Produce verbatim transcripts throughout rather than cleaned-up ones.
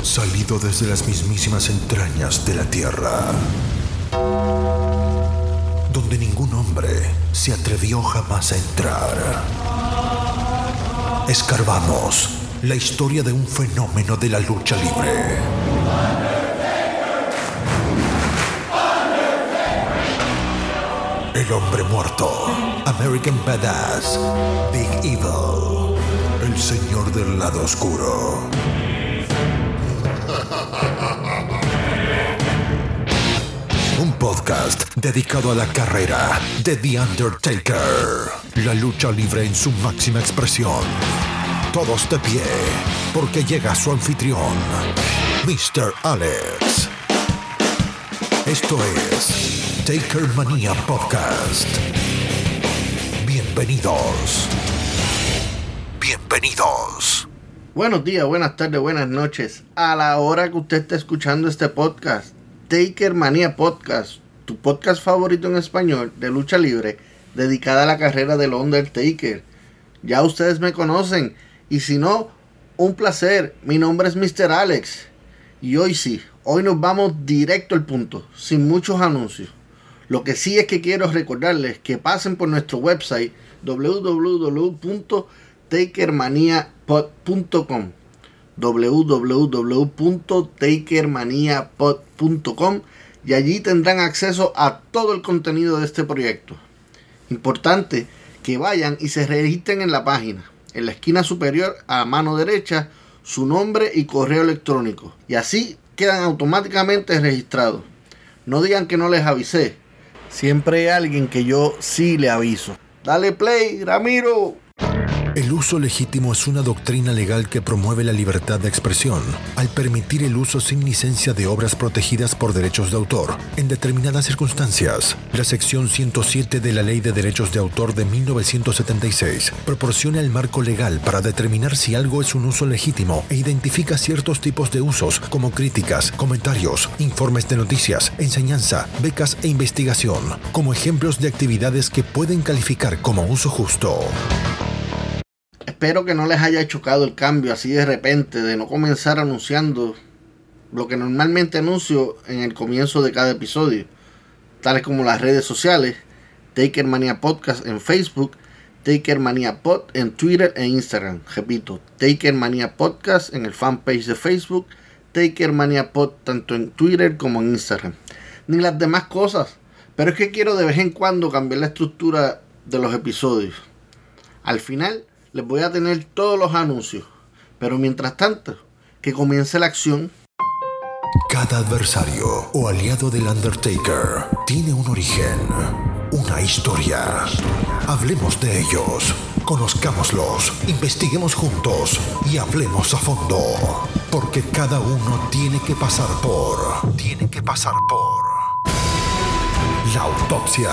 salido desde las mismísimas entrañas de la tierra, donde ningún hombre se atrevió jamás a entrar. Escarbamos la historia de un fenómeno de la lucha libre. El hombre muerto, American Badass, Big Evil, el señor del lado oscuro. Un podcast dedicado a la carrera de The Undertaker. La lucha libre en su máxima expresión. Todos de pie, porque llega su anfitrión, mister Alex. Esto es Taker Manía Podcast. Bienvenidos. Bienvenidos. Buenos días, buenas tardes, buenas noches. A la hora que usted está escuchando este podcast, Taker Manía Podcast, tu podcast favorito en español de lucha libre, dedicada a la carrera del Undertaker. Ya ustedes me conocen, y si no, un placer. Mi nombre es mister Alex, y hoy sí, hoy nos vamos directo al punto, sin muchos anuncios. Lo que sí es que quiero recordarles que pasen por nuestro website w w w punto taker mania pod punto com w w w punto taker mania pod punto com y allí tendrán acceso a todo el contenido de este proyecto. Importante que vayan y se registren en la página. En la esquina superior a mano derecha, su nombre y correo electrónico, y así quedan automáticamente registrados. No digan que no les avisé. Siempre hay alguien que yo sí le aviso. Dale play, Ramiro. El uso legítimo es una doctrina legal que promueve la libertad de expresión al permitir el uso sin licencia de obras protegidas por derechos de autor en determinadas circunstancias. La sección ciento siete de la Ley de Derechos de Autor de mil novecientos setenta y seis proporciona el marco legal para determinar si algo es un uso legítimo e identifica ciertos tipos de usos como críticas, comentarios, informes de noticias, enseñanza, becas e investigación como ejemplos de actividades que pueden calificar como uso justo. Espero que no les haya chocado el cambio así de repente de no comenzar anunciando lo que normalmente anuncio en el comienzo de cada episodio, tales como las redes sociales, Taker Manía Podcast en Facebook, Taker Manía Pod en Twitter e Instagram. Repito, Taker Manía Podcast en el fanpage de Facebook, Taker Manía Pod tanto en Twitter como en Instagram. Ni las demás cosas, pero es que quiero de vez en cuando cambiar la estructura de los episodios. Al final les voy a tener todos los anuncios, pero mientras tanto, que comience la acción. Cada adversario o aliado del Undertaker tiene un origen, una historia. Hablemos de ellos, conozcámoslos, investiguemos juntos y hablemos a fondo, porque cada uno tiene que pasar por, tiene que pasar por la autopsia.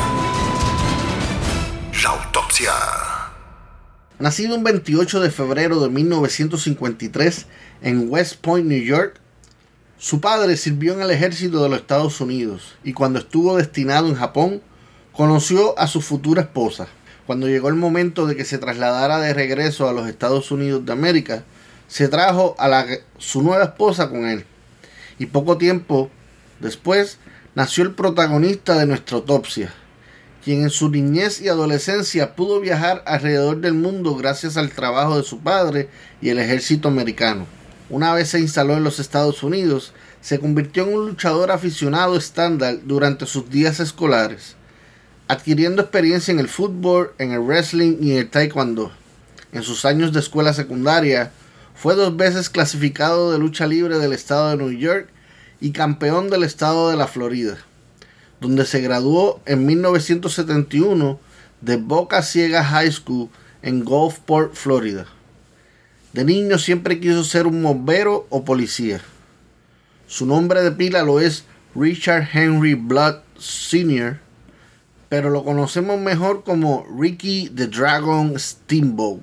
La autopsia. Nacido un veintiocho de febrero de mil novecientos cincuenta y tres en West Point, New York, su padre sirvió en el ejército de los Estados Unidos y cuando estuvo destinado en Japón, conoció a su futura esposa. Cuando llegó el momento de que se trasladara de regreso a los Estados Unidos de América, se trajo a la, su nueva esposa con él. Y poco tiempo después nació el protagonista de nuestra autopsia, quien en su niñez y adolescencia pudo viajar alrededor del mundo gracias al trabajo de su padre y el ejército americano. Una vez se instaló en los Estados Unidos, se convirtió en un luchador aficionado estándar durante sus días escolares, adquiriendo experiencia en el fútbol, en el wrestling y en el taekwondo. En sus años de escuela secundaria, fue dos veces clasificado de lucha libre del estado de New York y campeón del estado de la Florida, donde se graduó en mil novecientos setenta y uno de Boca Ciega High School en Gulfport, Florida. De niño siempre quiso ser un bombero o policía. Su nombre de pila lo es Richard Henry Blood senior, pero lo conocemos mejor como Ricky the Dragon Steamboat.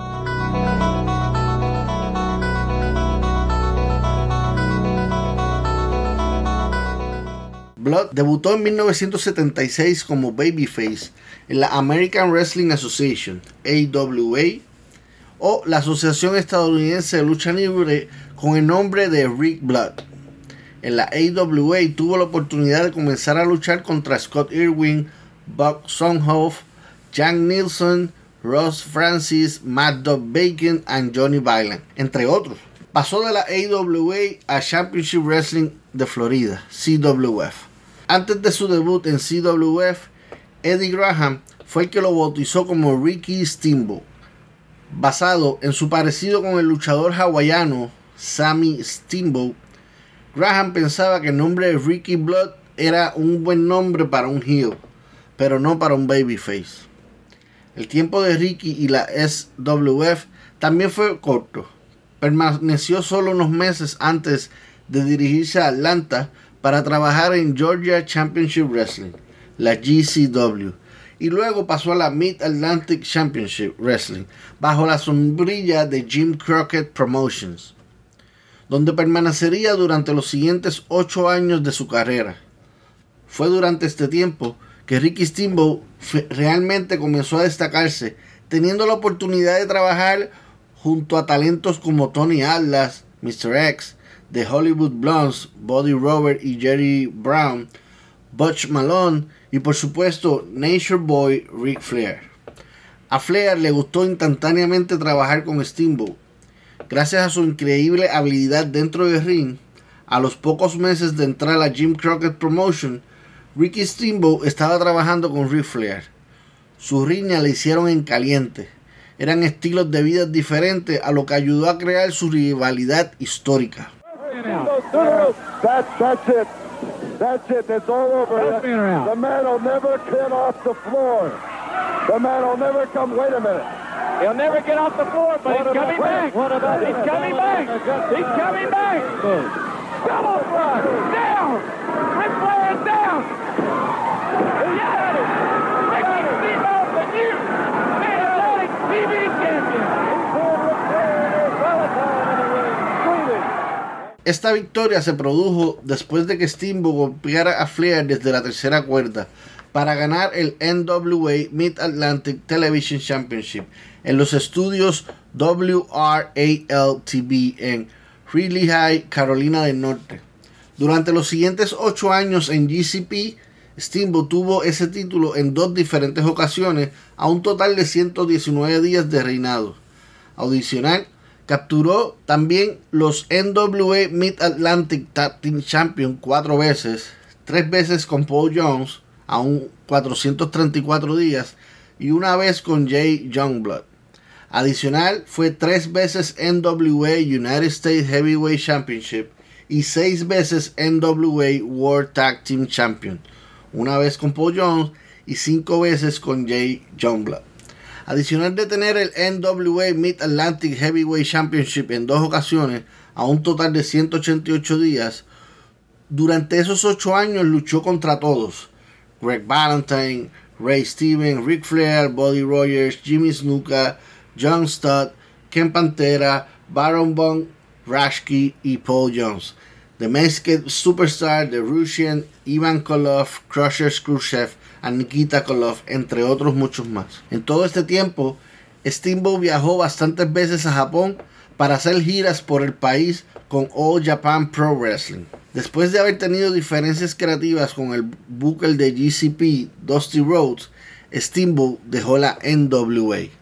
Blood debutó en mil novecientos setenta y seis como babyface en la American Wrestling Association, A W A, o la Asociación Estadounidense de Lucha Libre con el nombre de Rick Blood. En la A W A tuvo la oportunidad de comenzar a luchar contra Scott Irwin, Buck Sohnhoff, Jack Nilsson, Ross Francis, Mad Dog Bacon y Johnny Violent, entre otros. Pasó de la A W A a Championship Wrestling de Florida, C W F. Antes de su debut en C W F, Eddie Graham fue el que lo bautizó como Ricky Steamboat, basado en su parecido con el luchador hawaiano Sammy Steamboat. Graham pensaba que el nombre de Ricky Blood era un buen nombre para un heel, pero no para un babyface. El tiempo de Ricky y la S W F también fue corto. Permaneció solo unos meses antes de dirigirse a Atlanta para trabajar en Georgia Championship Wrestling, la G C W, y luego pasó a la Mid-Atlantic Championship Wrestling bajo la sombrilla de Jim Crockett Promotions, donde permanecería durante los siguientes ocho años de su carrera. Fue durante este tiempo que Ricky Steamboat realmente comenzó a destacarse, teniendo la oportunidad de trabajar junto a talentos como Tony Atlas, mister X, The Hollywood Blondes, Buddy Robert y Jerry Brown, Butch Malone y por supuesto Nature Boy Ric Flair. A Flair le gustó instantáneamente trabajar con Steamboat. Gracias a su increíble habilidad dentro del ring, a los pocos meses de entrar a Jim Crockett Promotion, Ricky Steamboat estaba trabajando con Ric Flair. Su riña le hicieron en caliente. Eran estilos de vida diferentes, a lo que ayudó a crear su rivalidad histórica. That, that's it. That's it. It's all over. The man will never get off the floor. The man will never come. Wait a minute. He'll never get off the floor, but what he's coming about, back. What about he's coming back. He's coming back. Double front. Down. Ric Flair is down. Yes. Ricky Steamboat, the new Mid-Atlantic T V champion. Esta victoria se produjo después de que Steamboat golpeara a Flair desde la tercera cuerda para ganar el N W A Mid-Atlantic Television Championship en los estudios W R A L T V en Greeley High, Carolina del Norte. Durante los siguientes ocho años en G C P, Steamboat tuvo ese título en dos diferentes ocasiones a un total de ciento diecinueve días de reinado. Adicional, capturó también los N W A Mid-Atlantic Tag Team Champion cuatro veces, tres veces con Paul Jones a un cuatrocientos treinta y cuatro días y una vez con Jay Youngblood. Adicional, fue tres veces N W A United States Heavyweight Championship y seis veces N W A World Tag Team Champion, una vez con Paul Jones y cinco veces con Jay Youngblood. Adicional de tener el N W A Mid-Atlantic Heavyweight Championship en dos ocasiones a un total de ciento ochenta y ocho días, durante esos ocho años luchó contra todos: Greg Valentine, Ray Stevens, Ric Flair, Buddy Rogers, Jimmy Snuka, John Studd, Ken Pantera, Baron Von Raschke y Paul Jones, The Mexican Superstar, The Russian, Ivan Koloff, Crusher Khrushchev, a Nikita Koloff, entre otros muchos más. En todo este tiempo, Steamboat viajó bastantes veces a Japón para hacer giras por el país con All Japan Pro Wrestling. Después de haber tenido diferencias creativas con el booker de G C P, Dusty Rhodes, Steamboat dejó la N W A.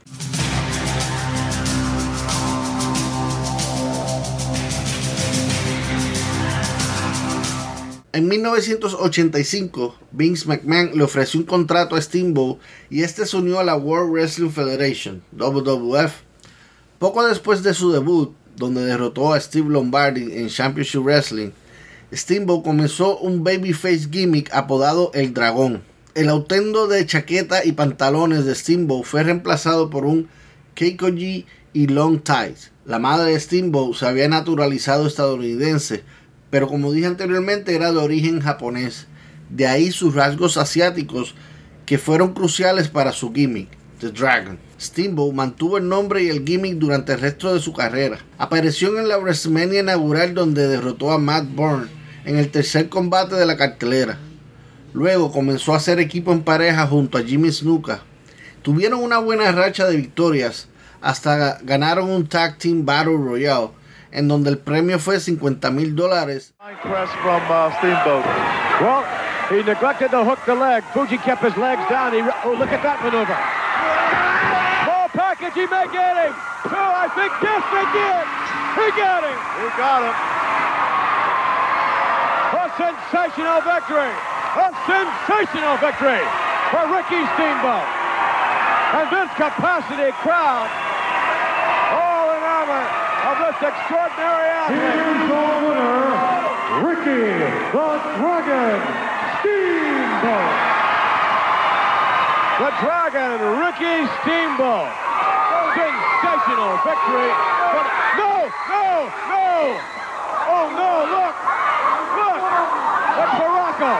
En mil novecientos ochenta y cinco, Vince McMahon le ofreció un contrato a Steamboat y este se unió a la World Wrestling Federation, W W F. Poco después de su debut, donde derrotó a Steve Lombardi en Championship Wrestling, Steamboat comenzó un babyface gimmick apodado El Dragón. El atuendo de chaqueta y pantalones de Steamboat fue reemplazado por un keikoji y long ties. La madre de Steamboat se había naturalizado estadounidense, pero como dije anteriormente era de origen japonés. De ahí sus rasgos asiáticos que fueron cruciales para su gimmick, The Dragon. Steamboat mantuvo el nombre y el gimmick durante el resto de su carrera. Apareció en la WrestleMania inaugural donde derrotó a Matt Bourne en el tercer combate de la cartelera. Luego comenzó a hacer equipo en pareja junto a Jimmy Snuka. Tuvieron una buena racha de victorias hasta ganaron un Tag Team Battle Royale, en donde el premio fue cincuenta mil dólares. From, uh, Steamboat. Well, he neglected to hook the leg. Fuji kept his legs down. He, oh, look at that maneuver. Ball package, he may get him. Two, I think, yes, they did. He got him. He got him. A sensational victory. A sensational victory for Ricky Steamboat. And this capacity crowd, all in honor of this extraordinary athlete. Here's the winner, Ricky the Dragon Steamboat. The Dragon, Ricky Steamboat. Sensational victory. No, no, no. Oh, no, look. Look. It's Morocco.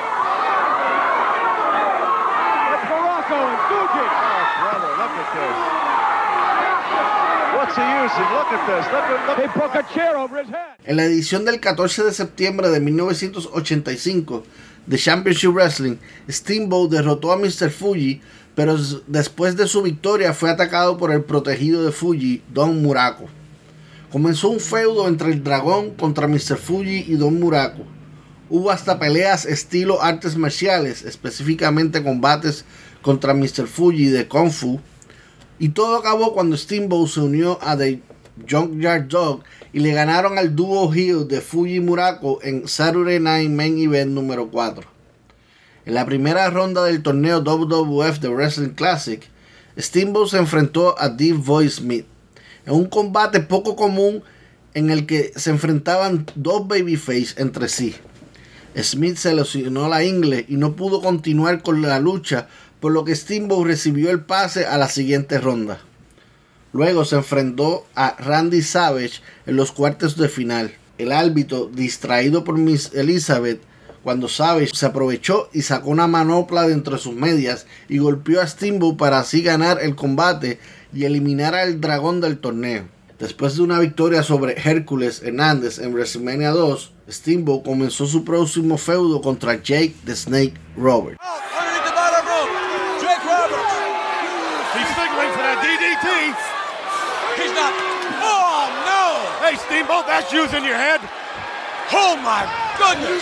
It's Morocco and Fuji. Oh, brother, look at this. What's he using? Look at this. Look at, look. They broke a chair over his head. En la edición del catorce de septiembre de mil novecientos ochenta y cinco de Championship Wrestling, Steamboat derrotó a mister Fuji, pero después de su victoria fue atacado por el protegido de Fuji, Don Muraco. Comenzó un feudo entre el Dragón contra mister Fuji y Don Muraco. Hubo hasta peleas estilo artes marciales, específicamente combates contra mister Fuji de Kung Fu. Y todo acabó cuando Steamboat se unió a The Junkyard Dog y le ganaron al dúo heel de Fuji y Muraco en Saturday Night Main Event número cuatro. En la primera ronda del torneo W W F The Wrestling Classic, Steamboat se enfrentó a D-Boy Smith en un combate poco común en el que se enfrentaban dos babyface entre sí. Smith se lesionó la ingle y no pudo continuar con la lucha, por lo que Steamboat recibió el pase a la siguiente ronda. Luego se enfrentó a Randy Savage en los cuartos de final. El árbitro, distraído por Miss Elizabeth, cuando Savage se aprovechó y sacó una manopla de entre sus medias y golpeó a Steamboat para así ganar el combate y eliminar al dragón del torneo. Después de una victoria sobre Hércules Hernández en WrestleMania dos, Steamboat comenzó su próximo feudo contra Jake the Snake Roberts. Oh, underneath the bottom rope, Jake Roberts. He's signaling for that D D T. He's not. Oh no! Hey, Steamboat, that's using your head. Oh my goodness!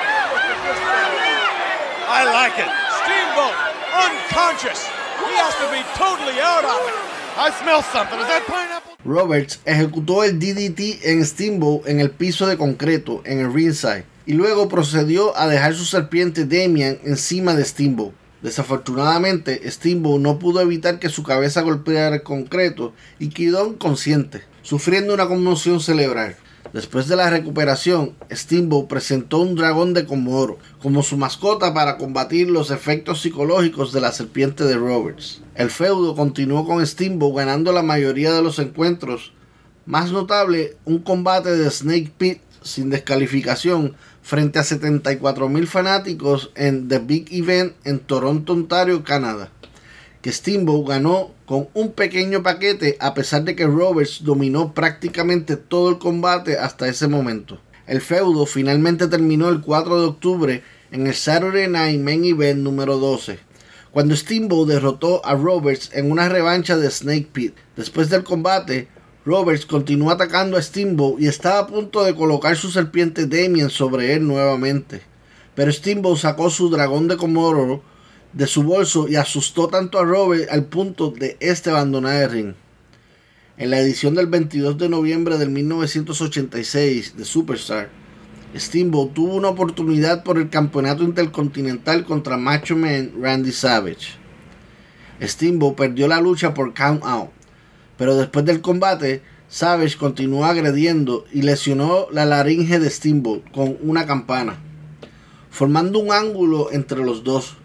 I like it. Steamboat, unconscious. He has to be totally out of it. I smell something. Is that pineapple? Roberts ejecutó el D D T en Steamboat en el piso de concreto en el ringside y luego procedió a dejar su serpiente Damian encima de Steamboat. Desafortunadamente, Steamboat no pudo evitar que su cabeza golpeara el concreto y quedó inconsciente, sufriendo una conmoción cerebral. Después de la recuperación, Steamboat presentó un dragón de Komoro como su mascota para combatir los efectos psicológicos de la serpiente de Roberts. El feudo continuó con Steamboat ganando la mayoría de los encuentros. Más notable, un combate de Snake Pit sin descalificación frente a setenta y cuatro mil fanáticos en The Big Event en Toronto, Ontario, Canadá, que Steamboat ganó con un pequeño paquete a pesar de que Roberts dominó prácticamente todo el combate hasta ese momento. El feudo finalmente terminó el cuatro de octubre en el Saturday Night Main Event número doce, cuando Steamboat derrotó a Roberts en una revancha de Snake Pit. Después del combate, Roberts continuó atacando a Steamboat y estaba a punto de colocar su serpiente Damian sobre él nuevamente, pero Steamboat sacó su dragón de Komoro de su bolso y asustó tanto a Roberts al punto de este abandonar el ring. En la edición del veintidós de noviembre de mil novecientos ochenta y seis de Superstar, Steamboat tuvo una oportunidad por el campeonato intercontinental contra Macho Man Randy Savage. Steamboat perdió la lucha por count out, pero después del combate, Savage continuó agrediendo y lesionó la laringe de Steamboat con una campana, formando un ángulo entre los dos.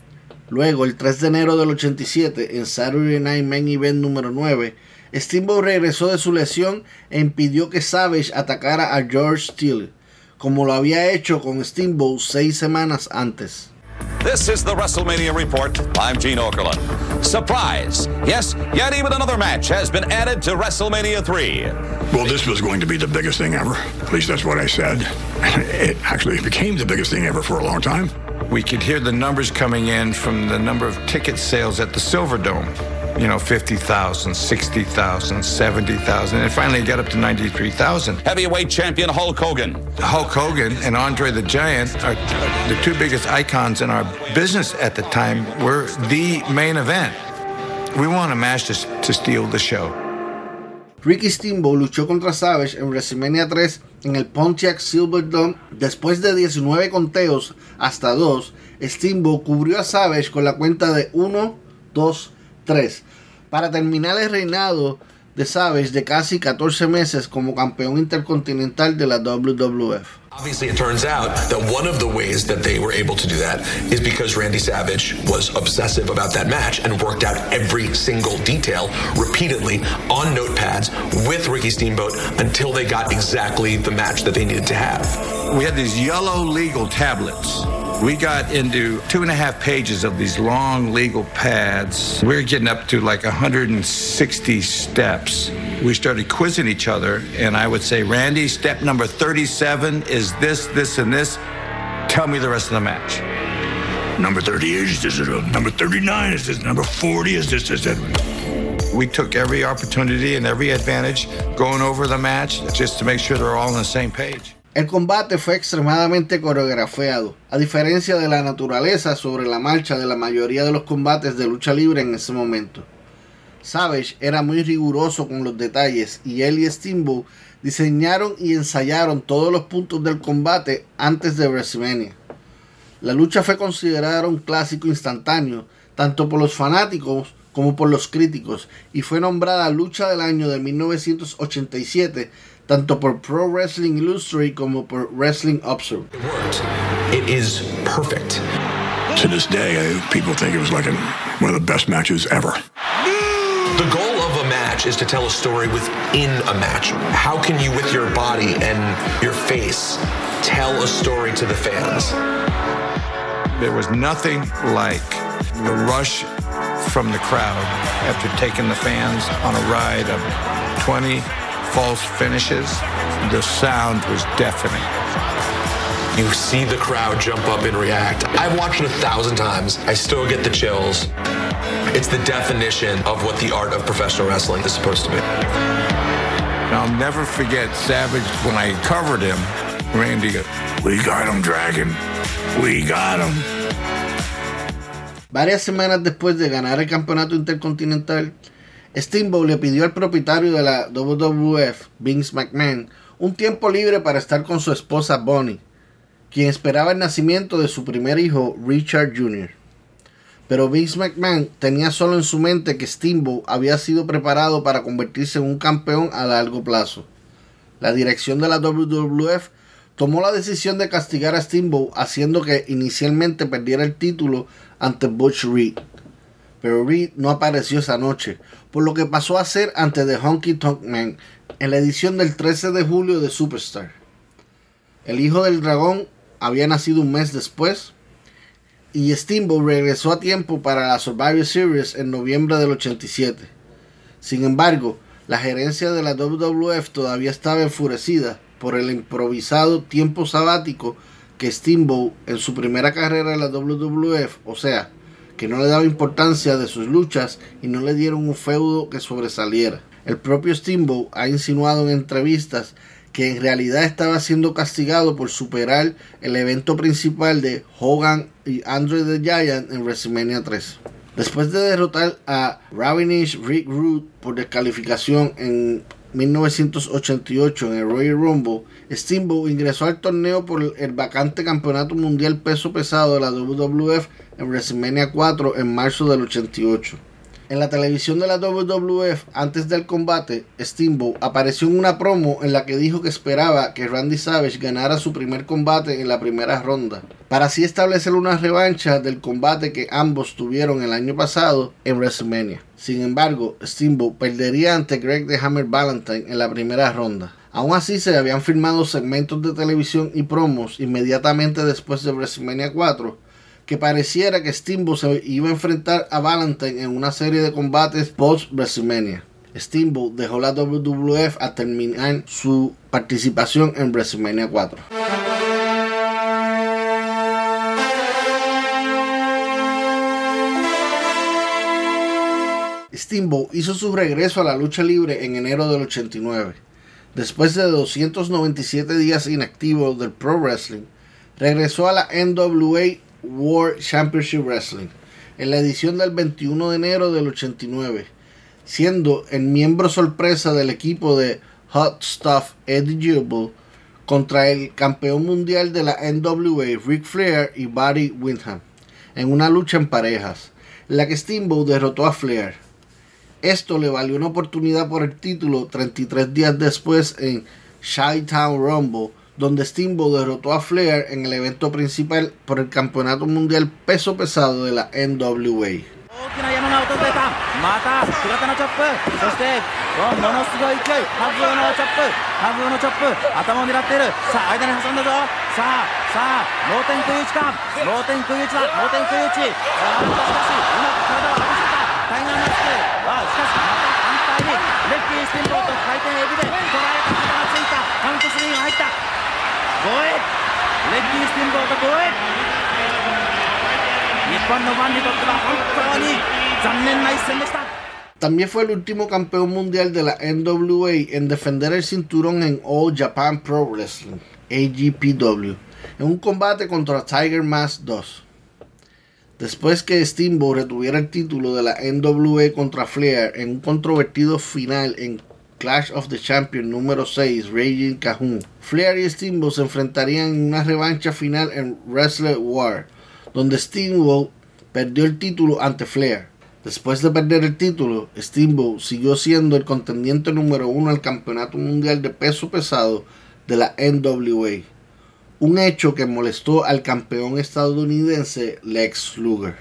Luego, el tres de enero del ochenta y siete, en Saturday Night Main Event número nueve, Steamboat regresó de su lesión e impidió que Savage atacara a George Steele, como lo había hecho con Steamboat seis semanas antes. This is the WrestleMania Report. I'm Gene Okerlund. Surprise! Yes, yet even another match has been added to WrestleMania three. Well, this was going to be the biggest thing ever. At least that's what I said. It actually became the biggest thing ever for a long time. We could hear the numbers coming in from the number of ticket sales at the Silverdome. you know, fifty thousand, sixty thousand, seventy thousand, and finally it got up to ninety-three thousand. Heavyweight champion Hulk Hogan. Hulk Hogan and Andre the Giant are the two biggest icons in our business at the time. Were the main event. We want a match to, to steal the show. Ricky Steamboat luchó contra Savage en WrestleMania tres en el Pontiac Silverdome. Después de diecinueve conteos hasta dos, Steamboat cubrió a Savage con la cuenta de uno, dos, tres para terminar el reinado de Savage de casi catorce meses como campeón intercontinental de la W W F. Obviously, it turns out that one of the ways that they were able to do that is because Randy Savage was obsessive about that match and worked out every single detail repeatedly on notepads with Ricky Steamboat until they got exactly the match that they needed to have. We had these yellow legal tablets. We got into two and a half pages of these long legal pads. We were getting up to like one hundred sixty steps. We started quizzing each other, and I would say, Randy, step number thirty-seven is this, this, and this. Tell me the rest of the match. Number thirty-eight is this, number thirty-nine is this, number forty is this, this, that. We took every opportunity and every advantage going over the match just to make sure they're all on the same page. El combate fue extremadamente coreografiado, a diferencia de la naturaleza sobre la marcha de la mayoría de los combates de lucha libre en ese momento. Savage era muy riguroso con los detalles y él y Steamboat diseñaron y ensayaron todos los puntos del combate antes de WrestleMania. La lucha fue considerada un clásico instantáneo, tanto por los fanáticos como por los críticos, y fue nombrada Lucha del Año de mil novecientos ochenta y siete tanto por Pro Wrestling Illustrated como por Wrestling Observer. It worked. It is perfect. To this day, people think it was like a, one of the best matches ever. The goal of a match is to tell a story within a match. How can you, with your body and your face, tell a story to the fans? There was nothing like the rush from the crowd after taking the fans on a ride of twenty false finishes. The sound was deafening. You see the crowd jump up and react. I've watched it a thousand times. I still get the chills. It's the definition of what the art of professional wrestling is supposed to be. I'll never forget Savage when I covered him. Randy, we got him, Dragon. We got him. Varias semanas después de ganar el campeonato intercontinental, Steamboat le pidió al propietario de la W W F, Vince McMahon, un tiempo libre para estar con su esposa Bonnie, quien esperaba el nacimiento de su primer hijo, Richard junior Pero Vince McMahon tenía solo en su mente que Steamboat había sido preparado para convertirse en un campeón a largo plazo. La dirección de la W W F tomó la decisión de castigar a Steamboat, haciendo que inicialmente perdiera el título ante Butch Reed. Pero Reed no apareció esa noche, por lo que pasó a ser ante The Honky Tonk Man en la edición del trece de julio de Superstar. El hijo del dragón había nacido un mes después, y Steamboat regresó a tiempo para la Survivor Series en noviembre del ochenta y siete. Sin embargo, la gerencia de la W W F todavía estaba enfurecida por el improvisado tiempo sabático que Steamboat en su primera carrera en la W W F, o sea, que no le daba importancia de sus luchas y no le dieron un feudo que sobresaliera. El propio Steamboat ha insinuado en entrevistas que en realidad estaba siendo castigado por superar el evento principal de Hogan y Andre the Giant en WrestleMania tres. Después de derrotar a Ravenish Rick Rude por descalificación en mil novecientos ochenta y ocho en el Royal Rumble, Steamboat ingresó al torneo por el vacante campeonato mundial peso pesado de la W W F en WrestleMania cuatro en marzo del ochenta y ocho. En la televisión de la W W F, antes del combate, Steamboat apareció en una promo en la que dijo que esperaba que Randy Savage ganara su primer combate en la primera ronda, para así establecer una revancha del combate que ambos tuvieron el año pasado en WrestleMania. Sin embargo, Steamboat perdería ante Greg the Hammer Valentine en la primera ronda. Aún así, se habían filmado segmentos de televisión y promos inmediatamente después de WrestleMania cuatro, que pareciera que Steamboat se iba a enfrentar a Valentine en una serie de combates post-WrestleMania. Steamboat dejó la W W F a terminar su participación en WrestleMania cuatro. Steamboat hizo su regreso a la lucha libre en enero del ochenta y nueve. Después de doscientos noventa y siete días inactivo del Pro Wrestling, regresó a la N W A World Championship Wrestling en la edición del veintiuno de enero del ochenta y nueve, siendo el miembro sorpresa del equipo de Hot Stuff Eddie Guerrero contra el campeón mundial de la N W A Ric Flair y Buddy Windham en una lucha en parejas, en la que Steamboat derrotó a Flair. Esto le valió una oportunidad por el título treinta y tres días después en Chi-Town Rumble, donde Steamboat derrotó a Flair en el evento principal por el campeonato mundial peso pesado de la N W A. また平手のチョップ、そしてものすごい勢い、ハブのチョップ、ハブのチョップ、頭を狙っている。さあ間に挟んだぞ。さあさあ脳天食い打ちか、脳天食い打ちだ、脳天食い打ち。あーしかしうまく体を外したタイガーマスク。あーしかしまた反対にレッキースティンボート回転エビで捉えた、肩がついた、カウントスリーが入った。ごえレッキースティンボートごえ。日本のファンにとっては本当に También fue el último campeón mundial de la N W A en defender el cinturón en All Japan Pro Wrestling, A J P W, en un combate contra Tiger Mask dos. Después que Steamboat retuviera el título de la N W A contra Flair en un controvertido final en Clash of the Champions número seis, Raging Cajun, Flair y Steamboat se enfrentarían en una revancha final en Wrestle War, donde Steamboat perdió el título ante Flair. Después de perder el título, Steamboat siguió siendo el contendiente número uno al campeonato mundial de peso pesado de la N W A, un hecho que molestó al campeón estadounidense Lex Luger.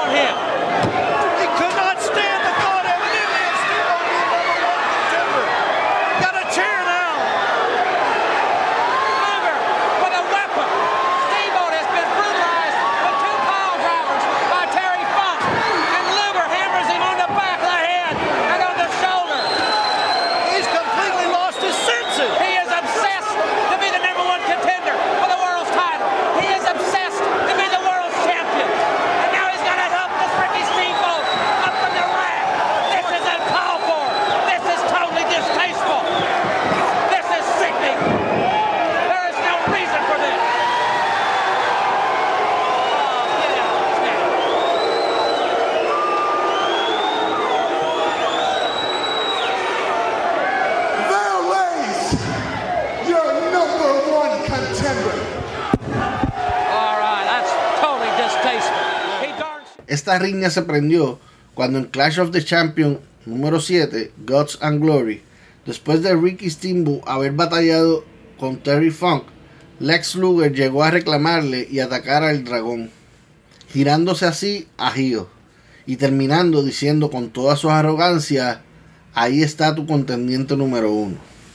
Esta riña se prendió cuando en Clash of the Champions número siete, Guts and Glory, después de Ricky Steamboat haber batallado con Terry Funk, Lex Luger llegó a reclamarle y atacar al dragón, girándose así a heel y terminando diciendo con toda su arrogancia: ahí está tu contendiente número uno.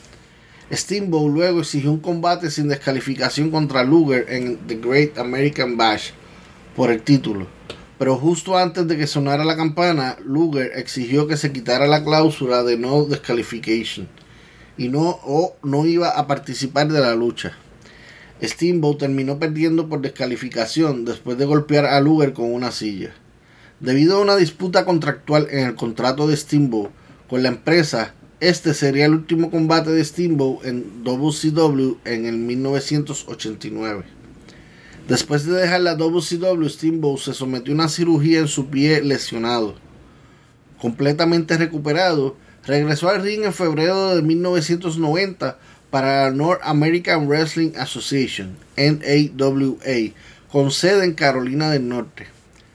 Steamboat luego exigió un combate sin descalificación contra Luger en The Great American Bash por el título, pero justo antes de que sonara la campana, Luger exigió que se quitara la cláusula de no disqualification y no, o no iba a participar de la lucha. Steamboat terminó perdiendo por descalificación después de golpear a Luger con una silla. Debido a una disputa contractual en el contrato de Steamboat con la empresa, este sería el último combate de Steamboat en W C W en el mil novecientos ochenta y nueve. Después de dejar la W C W, Steamboat se sometió a una cirugía en su pie lesionado. Completamente recuperado, regresó al ring en febrero de mil novecientos noventa para la North American Wrestling Association, N A W A, con sede en Carolina del Norte.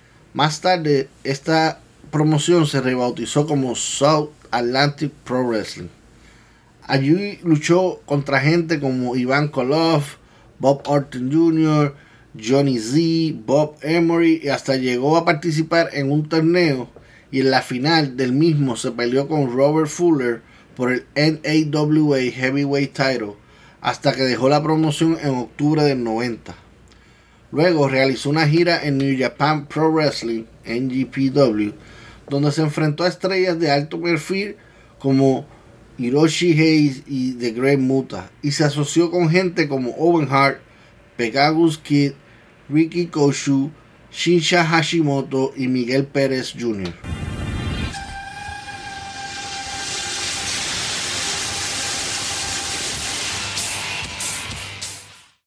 Más tarde, esta promoción se rebautizó como South Atlantic Pro Wrestling. Allí luchó contra gente como Ivan Koloff, Bob Orton junior, Johnny Z, Bob Emery, y hasta llegó a participar en un torneo y en la final del mismo se peleó con Robert Fuller por el N A W A Heavyweight Title hasta que dejó la promoción en octubre del noventa. Luego realizó una gira en New Japan Pro Wrestling, N J P W, donde se enfrentó a estrellas de alto perfil como Hiroshi Hayes y The Great Muta, y se asoció con gente como Owen Hart, Pegasus Kid, Riki Koshu, Shinsha Hashimoto y Miguel Pérez junior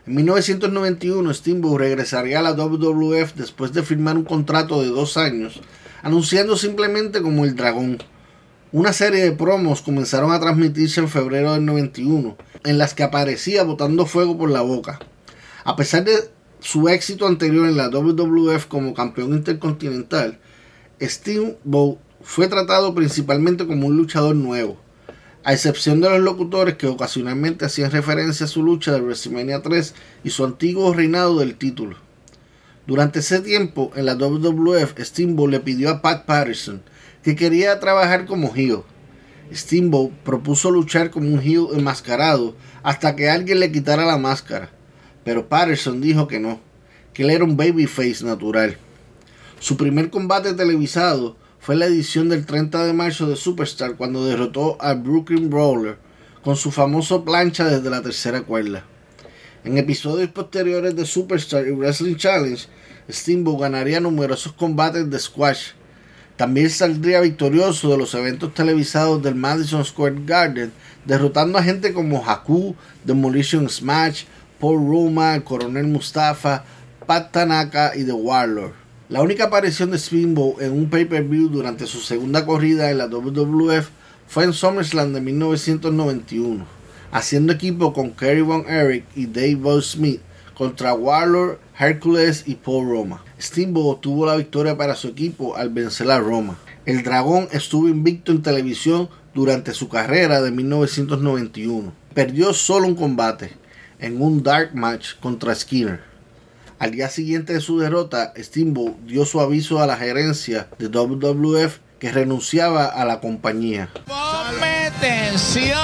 En mil novecientos noventa y uno, Steamboat regresaría a la W W F después de firmar un contrato de dos años, anunciando simplemente como el Dragón. Una serie de promos comenzaron a transmitirse en febrero del noventa y uno, en las que aparecía botando fuego por la boca. A pesar de su éxito anterior en la W W F como campeón intercontinental, Steamboat fue tratado principalmente como un luchador nuevo, a excepción de los locutores que ocasionalmente hacían referencia a su lucha de WrestleMania tres y su antiguo reinado del título. Durante ese tiempo, en la W W F, Steamboat le pidió a Pat Patterson que quería trabajar como heel. Steamboat propuso luchar como un heel enmascarado hasta que alguien le quitara la máscara, pero Patterson dijo que no, que él era un babyface natural. Su primer combate televisado fue la edición del treinta de marzo de Superstar, cuando derrotó a Brooklyn Brawler con su famoso plancha desde la tercera cuerda. En episodios posteriores de Superstar y Wrestling Challenge, Steamboat ganaría numerosos combates de squash. También saldría victorioso de los eventos televisados del Madison Square Garden, derrotando a gente como Haku, Demolition Smash, Paul Roma, el Coronel Mustafa, Pat Tanaka y The Warlord. La única aparición de Steamboat en un pay-per-view durante su segunda corrida en la W W F fue en SummerSlam de mil novecientos noventa y uno, haciendo equipo con Kerry Von Erich y Dave Boy Smith contra Warlord, Hercules y Paul Roma. Steamboat obtuvo la victoria para su equipo al vencer a Roma. El Dragón estuvo invicto en televisión durante su carrera de mil novecientos noventa y uno. Perdió solo un combate, en un dark match contra Skinner. Al día siguiente de su derrota, Steamboat dio su aviso a la gerencia de W W F que renunciaba a la compañía. ¡Ponme tensión!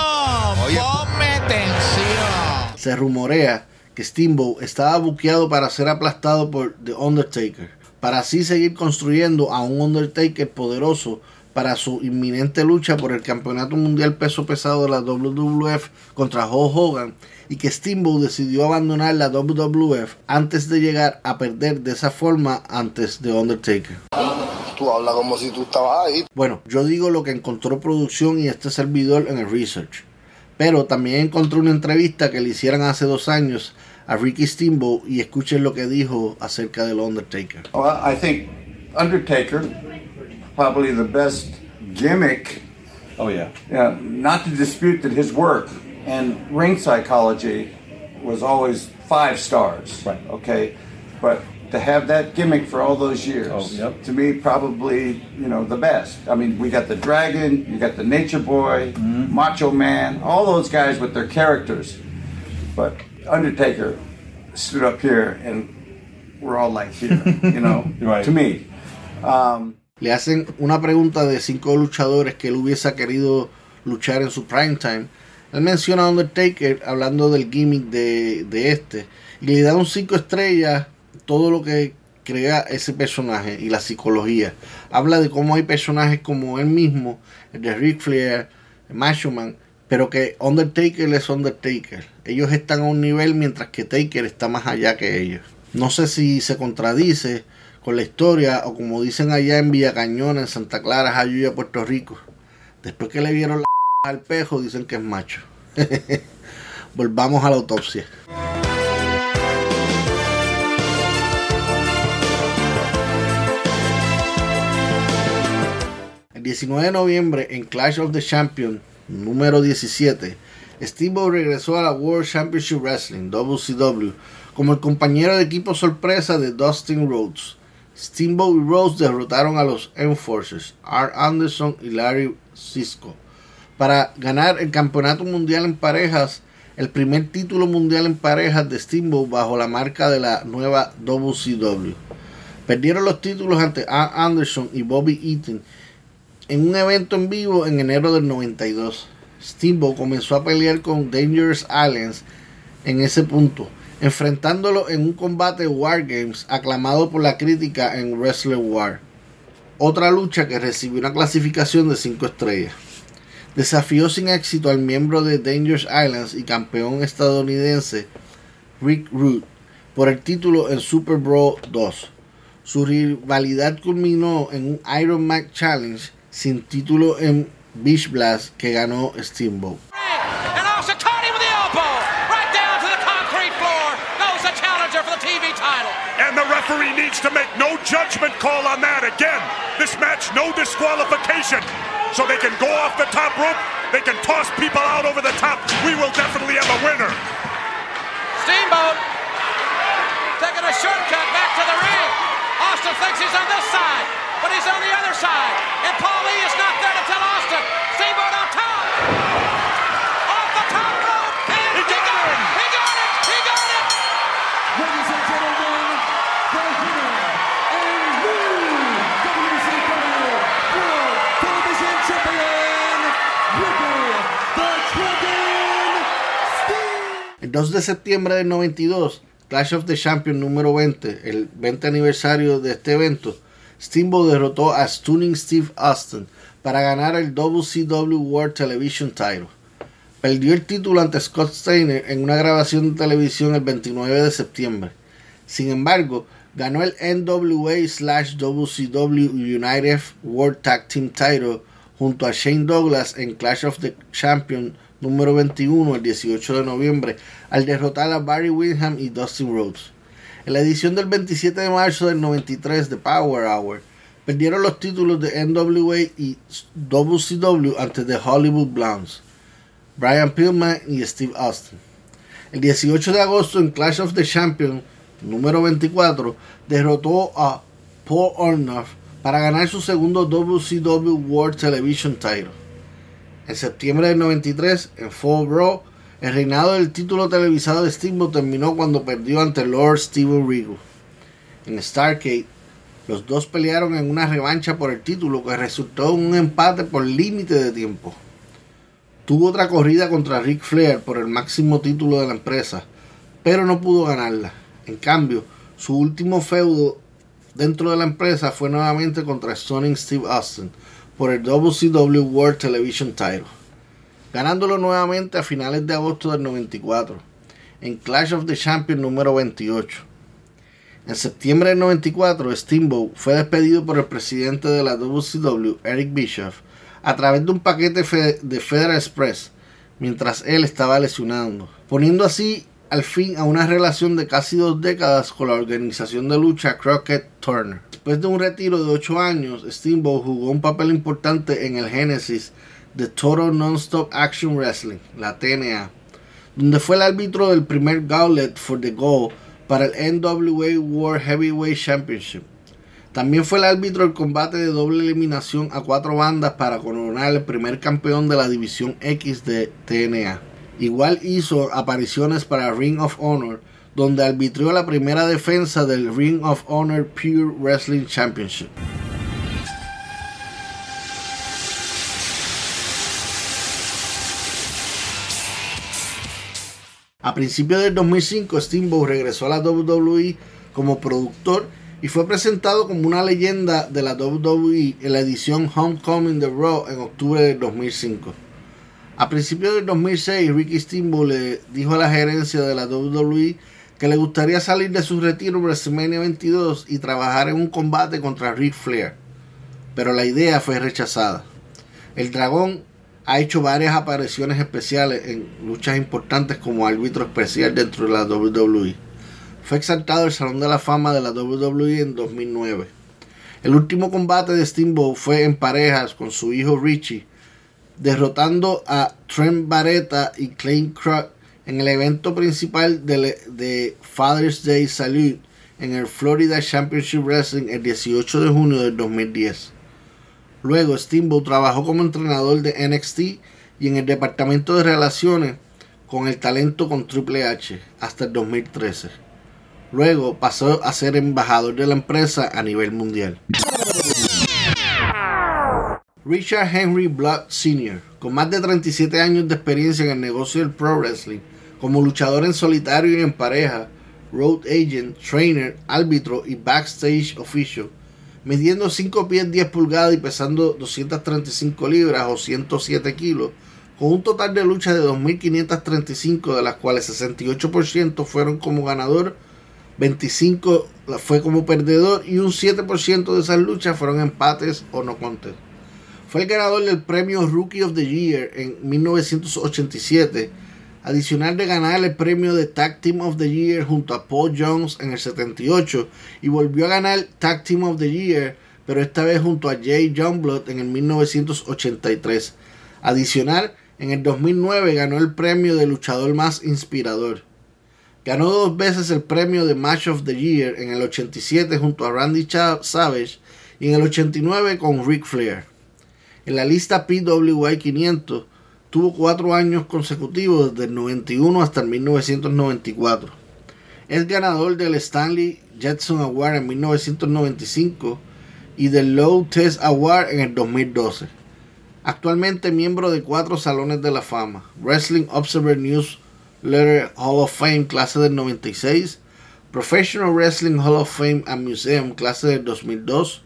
¡Ponme tensión! Se rumorea que Steamboat estaba buqueado para ser aplastado por The Undertaker, para así seguir construyendo a un Undertaker poderoso para su inminente lucha por el campeonato mundial peso pesado de la W W F contra Hulk Hogan, y que Steamboat decidió abandonar la W W F antes de llegar a perder de esa forma antes de Undertaker. Tú hablas como si tú estabas ahí. Bueno, yo digo lo que encontró producción y este servidor en el research, pero también encontré una entrevista que le hicieron hace dos años a Ricky Steamboat y escuchen lo que dijo acerca del Undertaker. Well, I think Undertaker, probably the best gimmick. Oh yeah. Yeah, not to dispute that his work and ring psychology was always five stars. Right. Okay, but to have that gimmick for all those years, oh, yep. to me, probably, you know, the best. I mean, we got the Dragon, you got the Nature Boy, mm-hmm. Macho Man, all those guys with their characters. But Undertaker stood up here and we're all like here, you know, right. to me. Um, Le hacen una pregunta de cinco luchadores que él hubiese querido luchar en su prime time. Él menciona a Undertaker hablando del gimmick de, de este y le da un cinco estrellas todo lo que crea ese personaje y la psicología. Habla de cómo hay personajes como él mismo, el de Ric Flair, el Macho Man, pero que Undertaker es Undertaker. Ellos están a un nivel mientras que Taker está más allá que ellos. No sé si se contradice con la historia o como dicen allá en Villa Cañona, en Santa Clara, Jayuya, Puerto Rico. Después que le vieron la al pejo dicen que es macho. Volvamos a la autopsia. El diecinueve de noviembre en Clash of the Champions número diecisiete, Steamboat regresó a la World Championship Wrestling W C W como el compañero de equipo sorpresa de Dustin Rhodes. Steamboat y Rhodes derrotaron a los Enforcers, Arn Anderson y Larry Zbyszko, para ganar el campeonato mundial en parejas, el primer título mundial en parejas de Steamboat bajo la marca de la nueva W C W. Perdieron los títulos ante Arn Anderson y Bobby Eaton en un evento en vivo en enero del noventa y dos. Steamboat comenzó a pelear con Dangerous Alliance en ese punto, enfrentándolo en un combate War Games aclamado por la crítica en Wrestler War, otra lucha que recibió una clasificación de cinco estrellas. Desafió sin éxito al miembro de Dangerous Alliance y campeón estadounidense Rick Rude por el título en Super Brawl dos. Su rivalidad culminó en un Iron Man Challenge sin título en Beach Blast que ganó Steamboat. And the referee needs to make no judgment call on that. Again, this match, no disqualification. So they can go off the top rope. They can toss people out over the top. We will definitely have a winner. Steamboat taking a shortcut back to the ring. Austin thinks he's on this side, but he's on the other side. And Paul Lee is not there to tell Austin. Steamboat on top. Off the top rope. And he, he got, got it. He got it. He got it. Ladies and gentlemen, the winner and new W C W World Television Champion, Ricky the Dragon Steamboat. El dos de septiembre del noventa y dos, Clash of the Champions número veinte, el veinte aniversario de este evento, Steamboat derrotó a Stunning Steve Austin para ganar el W C W World Television Title. Perdió el título ante Scott Steiner en una grabación de televisión el veintinueve de septiembre. Sin embargo, ganó el N W A slash W C W United World Tag Team Title junto a Shane Douglas en Clash of the Champions número veintiuno el dieciocho de noviembre al derrotar a Barry Windham y Dustin Rhodes. En la edición del veintisiete de marzo del noventa y tres de Power Hour, perdieron los títulos de N W A y W C W ante The Hollywood Blondes, Brian Pillman y Steve Austin. El dieciocho de agosto en Clash of the Champions número veinticuatro derrotó a Paul Orndorff para ganar su segundo W C W World Television Title. En septiembre del noventa y tres, en Fall Brawl, el reinado del título televisado de Steamboat terminó cuando perdió ante Lord Steven Regal. En Starrcade, los dos pelearon en una revancha por el título que resultó en un empate por límite de tiempo. Tuvo otra corrida contra Ric Flair por el máximo título de la empresa, pero no pudo ganarla. En cambio, su último feudo dentro de la empresa fue nuevamente contra Stunning Steve Austin por el W C W World Television Title, ganándolo nuevamente a finales de agosto del noventa y cuatro, en Clash of the Champions número veintiocho. En septiembre del noventa y cuatro, Steamboat fue despedido por el presidente de la W C W, Eric Bischoff, a través de un paquete de Federal Express, mientras él estaba lesionando, poniendo así al fin a una relación de casi dos décadas con la organización de lucha Crockett Turner. Después de un retiro de ocho años, Steamboat jugó un papel importante en el génesis de Total Non-Stop Action Wrestling, la T N A, donde fue el árbitro del primer Gauntlet for the Gold para el N W A World Heavyweight Championship. También fue el árbitro del combate de doble eliminación a cuatro bandas para coronar el primer campeón de la División X de T N A. Igual hizo apariciones para Ring of Honor, donde arbitró la primera defensa del Ring of Honor Pure Wrestling Championship. A principios del dos mil cinco, Steamboat regresó a la W W E como productor y fue presentado como una leyenda de la W W E en la edición Homecoming de Raw en octubre del dos mil cinco. A principios del dos mil seis, Ricky Steamboat le dijo a la gerencia de la W W E que le gustaría salir de su retiro en WrestleMania veintidós y trabajar en un combate contra Ric Flair, pero la idea fue rechazada. El Dragón ha hecho varias apariciones especiales en luchas importantes como árbitro especial dentro de la W W E. Fue exaltado al Salón de la Fama de la W W E en dos mil nueve. El último combate de Steamboat fue en parejas con su hijo Richie, derrotando a Trent Barreta y Clay Crook en el evento principal de, de Father's Day Salute en el Florida Championship Wrestling el dieciocho de junio del dos mil diez. Luego Steamboat trabajó como entrenador de N X T y en el departamento de relaciones con el talento con Triple H hasta el dos mil trece. Luego pasó a ser embajador de la empresa a nivel mundial. Richard Henry Blood senior, con más de treinta y siete años de experiencia en el negocio del pro wrestling, como luchador en solitario y en pareja, road agent, trainer, árbitro y backstage official, midiendo cinco pies diez pulgadas y pesando doscientas treinta y cinco libras o ciento siete kilos, con un total de luchas de dos mil quinientas treinta y cinco, de las cuales sesenta y ocho por ciento fueron como ganador, veinticinco por ciento fue como perdedor y un siete por ciento de esas luchas fueron empates o no contest. Fue el ganador del premio Rookie of the Year en mil novecientos ochenta y siete, Adicional de ganar el premio de Tag Team of the Year junto a Paul Jones en el setenta y ocho, y volvió a ganar Tag Team of the Year, pero esta vez junto a Jay Youngblood en el mil novecientos ochenta y tres. Adicional, en el dos mil nueve ganó el premio de luchador más inspirador. Ganó dos veces el premio de Match of the Year, en el ochenta y siete junto a Randy Savage y en el ochenta y nueve con Ric Flair. En la lista P W I quinientos tuvo cuatro años consecutivos desde el noventa y uno hasta el mil novecientos noventa y cuatro. Es ganador del Stanley Jetson Award en mil novecientos noventa y cinco y del Low Test Award en el dos mil doce. Actualmente miembro de cuatro salones de la fama: Wrestling Observer Newsletter Hall of Fame clase del noventa y seis, Professional Wrestling Hall of Fame and Museum clase del dos mil dos,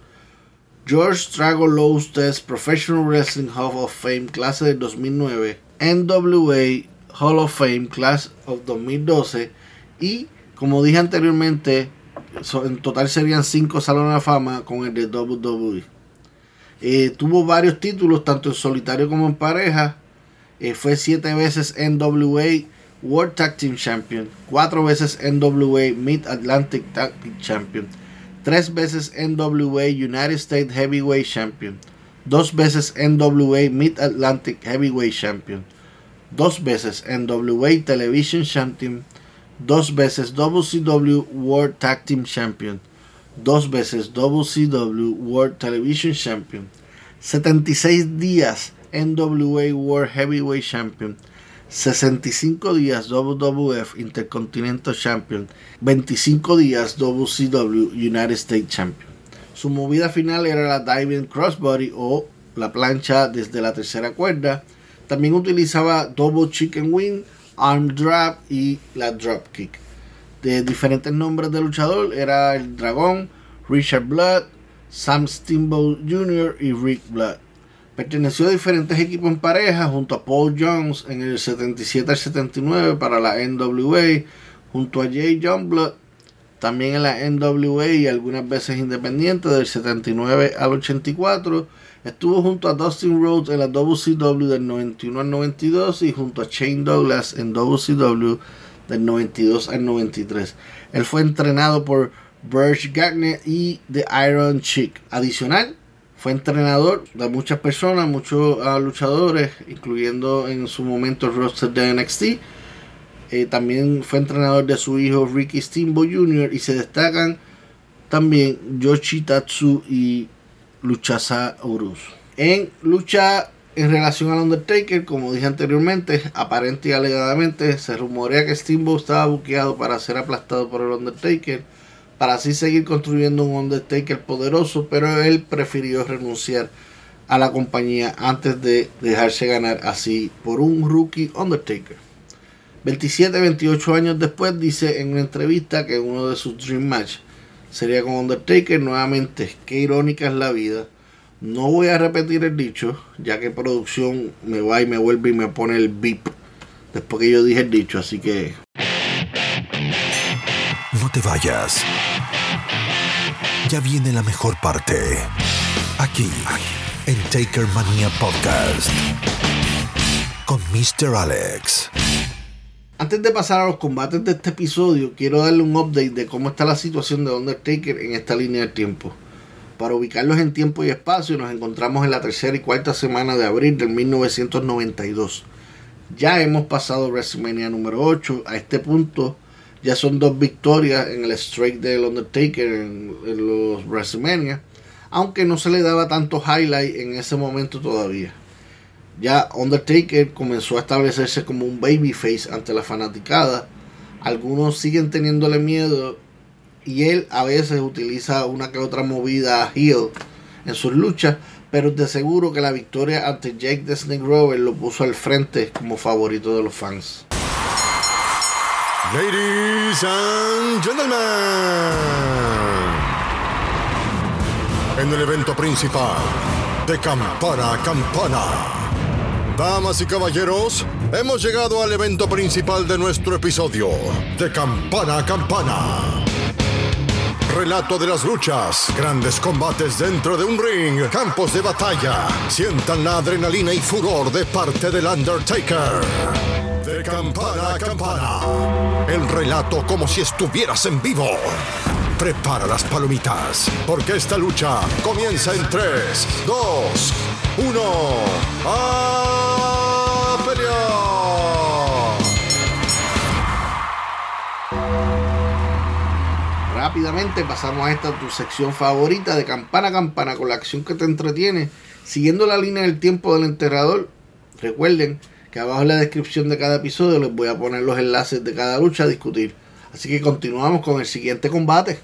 George Trago Low Test Professional Wrestling Hall of Fame clase del dos mil nueve, N W A Hall of Fame Class of dos mil doce y, como dije anteriormente, en total serían cinco salones de la fama con el de W W E. Eh, tuvo varios títulos tanto en solitario como en pareja. Eh, fue siete veces N W A World Tag Team Champion, cuatro veces N W A Mid-Atlantic Tag Team Champion, tres veces N W A United States Heavyweight Champion, dos veces N W A Mid-Atlantic Heavyweight Champion, dos veces N W A Television Champion, dos veces W C W World Tag Team Champion, dos veces W C W World Television Champion, setenta y seis días N W A World Heavyweight Champion, sesenta y cinco días W W F Intercontinental Champion, veinticinco días W C W United States Champion. Su movida final era la Diving Crossbody o la plancha desde la tercera cuerda. También utilizaba Double Chicken Wing, Arm Drop y la Drop Kick. De diferentes nombres de luchador era el Dragón, Richard Blood, Sam Steamboat junior y Rick Blood. Perteneció a diferentes equipos en pareja junto a Paul Jones en el setenta y siete al setenta y nueve para la N W A, junto a Jay Youngblood también en la N W A y algunas veces independiente del setenta y nueve al ochenta y cuatro. Estuvo junto a Dustin Rhodes en la W C W del noventa y uno al noventa y dos y junto a Shane Douglas en W C W del noventa y dos al noventa y tres. Él fue entrenado por Burch Gagner y The Iron Sheik. Adicional, fue entrenador de muchas personas, muchos uh, luchadores, incluyendo en su momento el roster de N X T. Eh, también fue entrenador de su hijo Ricky Steamboat junior y se destacan también Yoshitatsu y Luchasaurus. En lucha en relación al Undertaker, como dije anteriormente, aparente y alegadamente se rumorea que Steamboat estaba buqueado para ser aplastado por el Undertaker, para así seguir construyendo un Undertaker poderoso, pero él prefirió renunciar a la compañía antes de dejarse ganar así por un rookie Undertaker. veintisiete, veintiocho años después dice en una entrevista que uno de sus dream match sería con Undertaker nuevamente. Qué irónica es la vida. No voy a repetir el dicho, ya que producción me va y me vuelve y me pone el beep después que yo dije el dicho, así que... No te vayas. Ya viene la mejor parte. Aquí, en Taker Mania Podcast. Con mister Alex. Antes de pasar a los combates de este episodio, quiero darle un update de cómo está la situación de Undertaker en esta línea de tiempo. Para ubicarlos en tiempo y espacio, nos encontramos en la tercera y cuarta semana de abril del mil novecientos noventa y dos. Ya hemos pasado WrestleMania número ocho. A este punto ya son dos victorias en el streak del Undertaker en, en los WrestleMania, aunque no se le daba tanto highlight en ese momento todavía. Ya Undertaker comenzó a establecerse como un babyface ante la fanaticada. Algunos siguen teniéndole miedo y él a veces utiliza una que otra movida heel en sus luchas, pero de seguro que la victoria ante Jake the Snake Roberts lo puso al frente como favorito de los fans. Ladies and gentlemen, en el evento principal de Campana a Campana, damas y caballeros, hemos llegado al evento principal de nuestro episodio de Campana a Campana. Relato de las luchas, grandes combates dentro de un ring, campos de batalla. Sientan la adrenalina y furor de parte del Undertaker. De De campana a campana, el relato como si estuvieras en vivo. Prepara las palomitas, porque esta lucha comienza en tres, dos, uno. ¡A pelear! Rápidamente pasamos a esta tu sección favorita de campana a campana, con la acción que te entretiene, siguiendo la línea del tiempo del enterrador. Recuerden que abajo en la descripción de cada episodio les voy a poner los enlaces de cada lucha a discutir. Así que continuamos con el siguiente combate.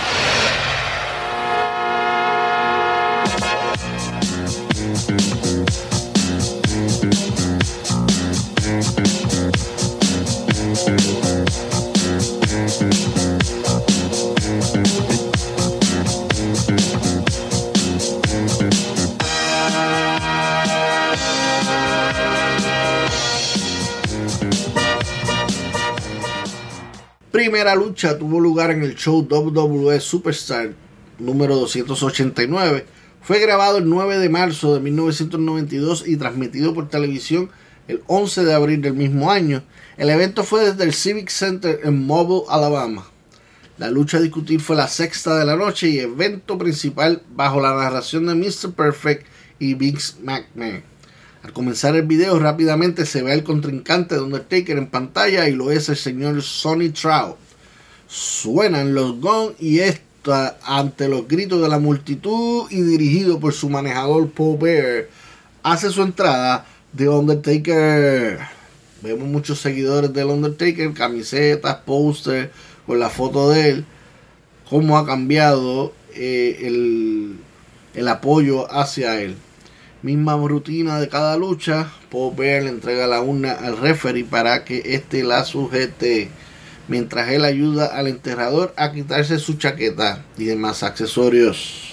Primera lucha tuvo lugar en el show W W E Superstar número doscientos ochenta y nueve. Fue grabado el nueve de marzo de mil novecientos noventa y dos y transmitido por televisión el once de abril del mismo año. El evento fue desde el Civic Center en Mobile, Alabama. La lucha a discutir fue la sexta de la noche y evento principal bajo la narración de mister Perfect y Vince McMahon. Al comenzar el video, rápidamente se ve al contrincante de Undertaker en pantalla y lo es el señor Sonny Trout. Suenan los gongs y esta, ante los gritos de la multitud y dirigido por su manejador Paul Bearer, hace su entrada de Undertaker. Vemos muchos seguidores del Undertaker, camisetas, póster con la foto de él. Cómo ha cambiado eh, el, el apoyo hacia él. Misma rutina de cada lucha. Paul Bearer le entrega la urna al referee para que éste la sujete, mientras él ayuda al enterrador a quitarse su chaqueta y demás accesorios.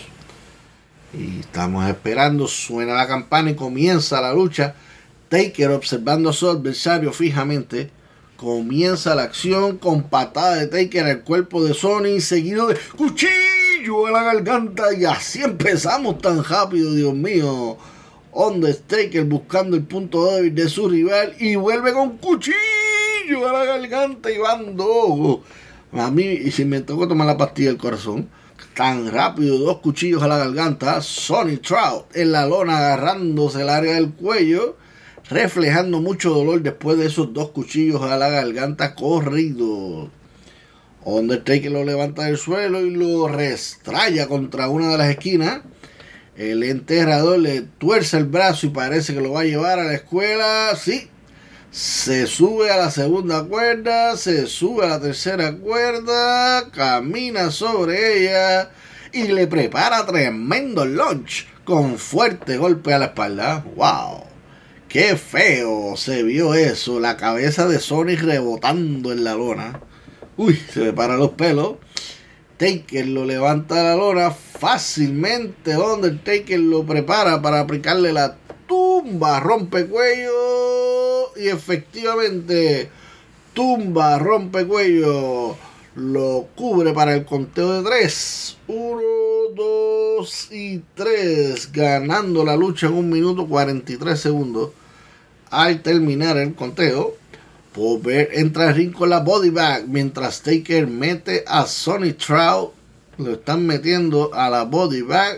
Y estamos esperando. Suena la campana y comienza la lucha. Taker, observando a su adversario fijamente, comienza la acción con patada de Taker al cuerpo de Sonny, seguido de cuchillo a la garganta. Y así empezamos tan rápido, Dios mío. Undertaker buscando el punto débil de su rival y vuelve con cuchillo a la garganta y van dos. A mí, y si me tocó tomar la pastilla del corazón, tan rápido, dos cuchillos a la garganta. Sonny Trout en la lona agarrándose el área del cuello, reflejando mucho dolor después de esos dos cuchillos a la garganta corridos. Undertaker lo levanta del suelo y lo restraya contra una de las esquinas. El enterrador le tuerce el brazo y parece que lo va a llevar a la escuela. Sí, se sube a la segunda cuerda, se sube a la tercera cuerda, camina sobre ella y le prepara tremendo lunge con fuerte golpe a la espalda. ¡Wow! ¡Qué feo se vio eso! La cabeza de Sonny rebotando en la lona. Uy, se me paran los pelos. Taker lo levanta a la lona fácilmente. Undertaker lo prepara para aplicarle la tumba rompecuello. Y efectivamente, tumba rompecuello. Lo cubre para el conteo de tres. Uno, dos y tres. Ganando la lucha en un minuto cuarenta y tres segundos. Al terminar el conteo, Paul Bearer entra al ring con la body bag, mientras Taker mete a Sonny Trout. Lo están metiendo a la body bag.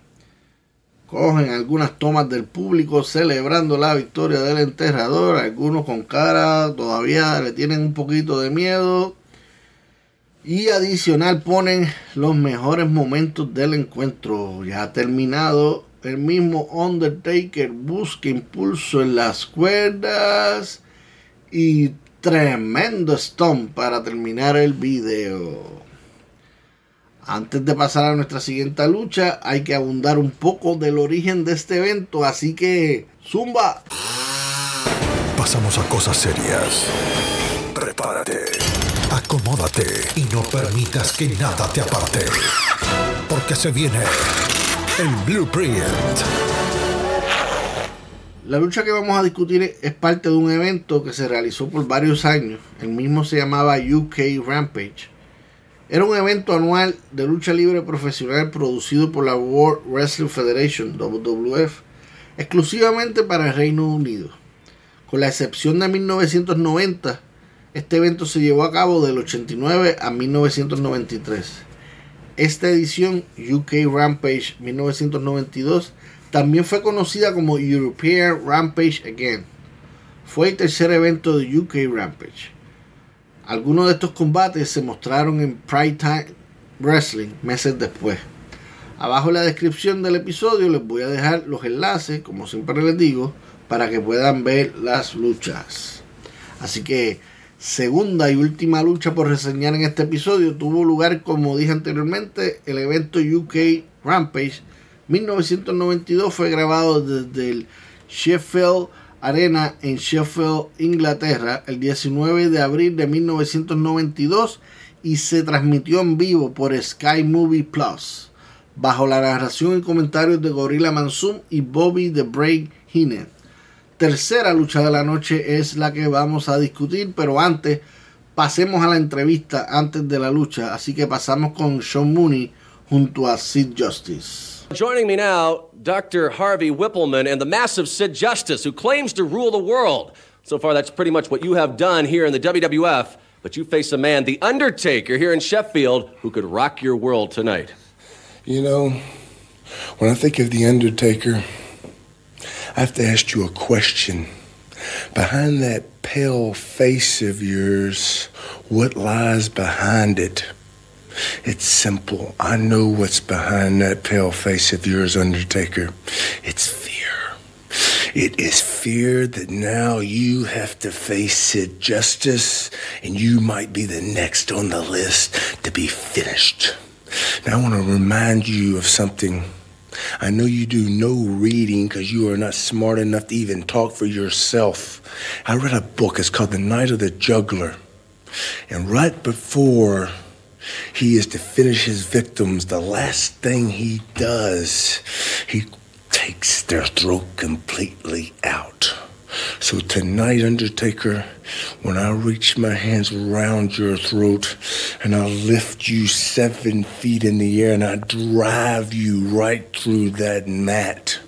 Cogen algunas tomas del público celebrando la victoria del enterrador. Algunos con cara todavía le tienen un poquito de miedo. Y adicional ponen los mejores momentos del encuentro. Ya ha terminado. El mismo Undertaker busca impulso en las cuerdas. Y tremendo stomp para terminar el video. Antes de pasar a nuestra siguiente lucha, hay que abundar un poco del origen de este evento. Así que, ¡zumba! Pasamos a cosas serias. Prepárate, acomódate y no permitas que nada te aparte. Porque se viene el Blueprint. La lucha que vamos a discutir es parte de un evento que se realizó por varios años. El mismo se llamaba U K Rampage. Era un evento anual de lucha libre profesional producido por la World Wrestling Federation, W W F, exclusivamente para el Reino Unido. Con la excepción de mil novecientos noventa, este evento se llevó a cabo del ochenta y nueve a mil novecientos noventa y tres. Esta edición, U K Rampage mil novecientos noventa y dos, también fue conocida como European Rampage Again. Fue el tercer evento de U K Rampage. Algunos de estos combates se mostraron en Prime Time Wrestling meses después. Abajo en la descripción del episodio les voy a dejar los enlaces, como siempre les digo, para que puedan ver las luchas. Así que segunda y última lucha por reseñar en este episodio tuvo lugar, como dije anteriormente, el evento U K Rampage mil novecientos noventa y dos. Fue grabado desde el Sheffield Arena en Sheffield, Inglaterra, el diecinueve de abril de mil novecientos noventa y dos, y se transmitió en vivo por Sky Movie Plus, bajo la narración y comentarios de Gorilla Monsoon y Bobby the Brain Heenan. Tercera lucha de la noche es la que vamos a discutir, pero antes pasemos a la entrevista antes de la lucha, así que pasamos con Sean Mooney junto a Sid Justice. Joining me now, Doctor Harvey Whippleman and the massive Sid Justice, who claims to rule the world. So far, that's pretty much what you have done here in the W W F, but you face a man, The Undertaker, here in Sheffield, who could rock your world tonight. You know, when I think of The Undertaker, I have to ask you a question. Behind that pale face of yours, what lies behind it? It's simple. I know what's behind that pale face of yours, Undertaker. It's fear. It is fear that now you have to face Sid Justice, and you might be the next on the list to be finished. Now I want to remind you of something. I know you do no reading because you are not smart enough to even talk for yourself. I read a book. It's called The Night of the Juggler. And right before he is to finish his victims, the last thing he does, he takes their throat completely out. So tonight, Undertaker, when I reach my hands around your throat and I lift you seven feet in the air and I drive you right through that mat,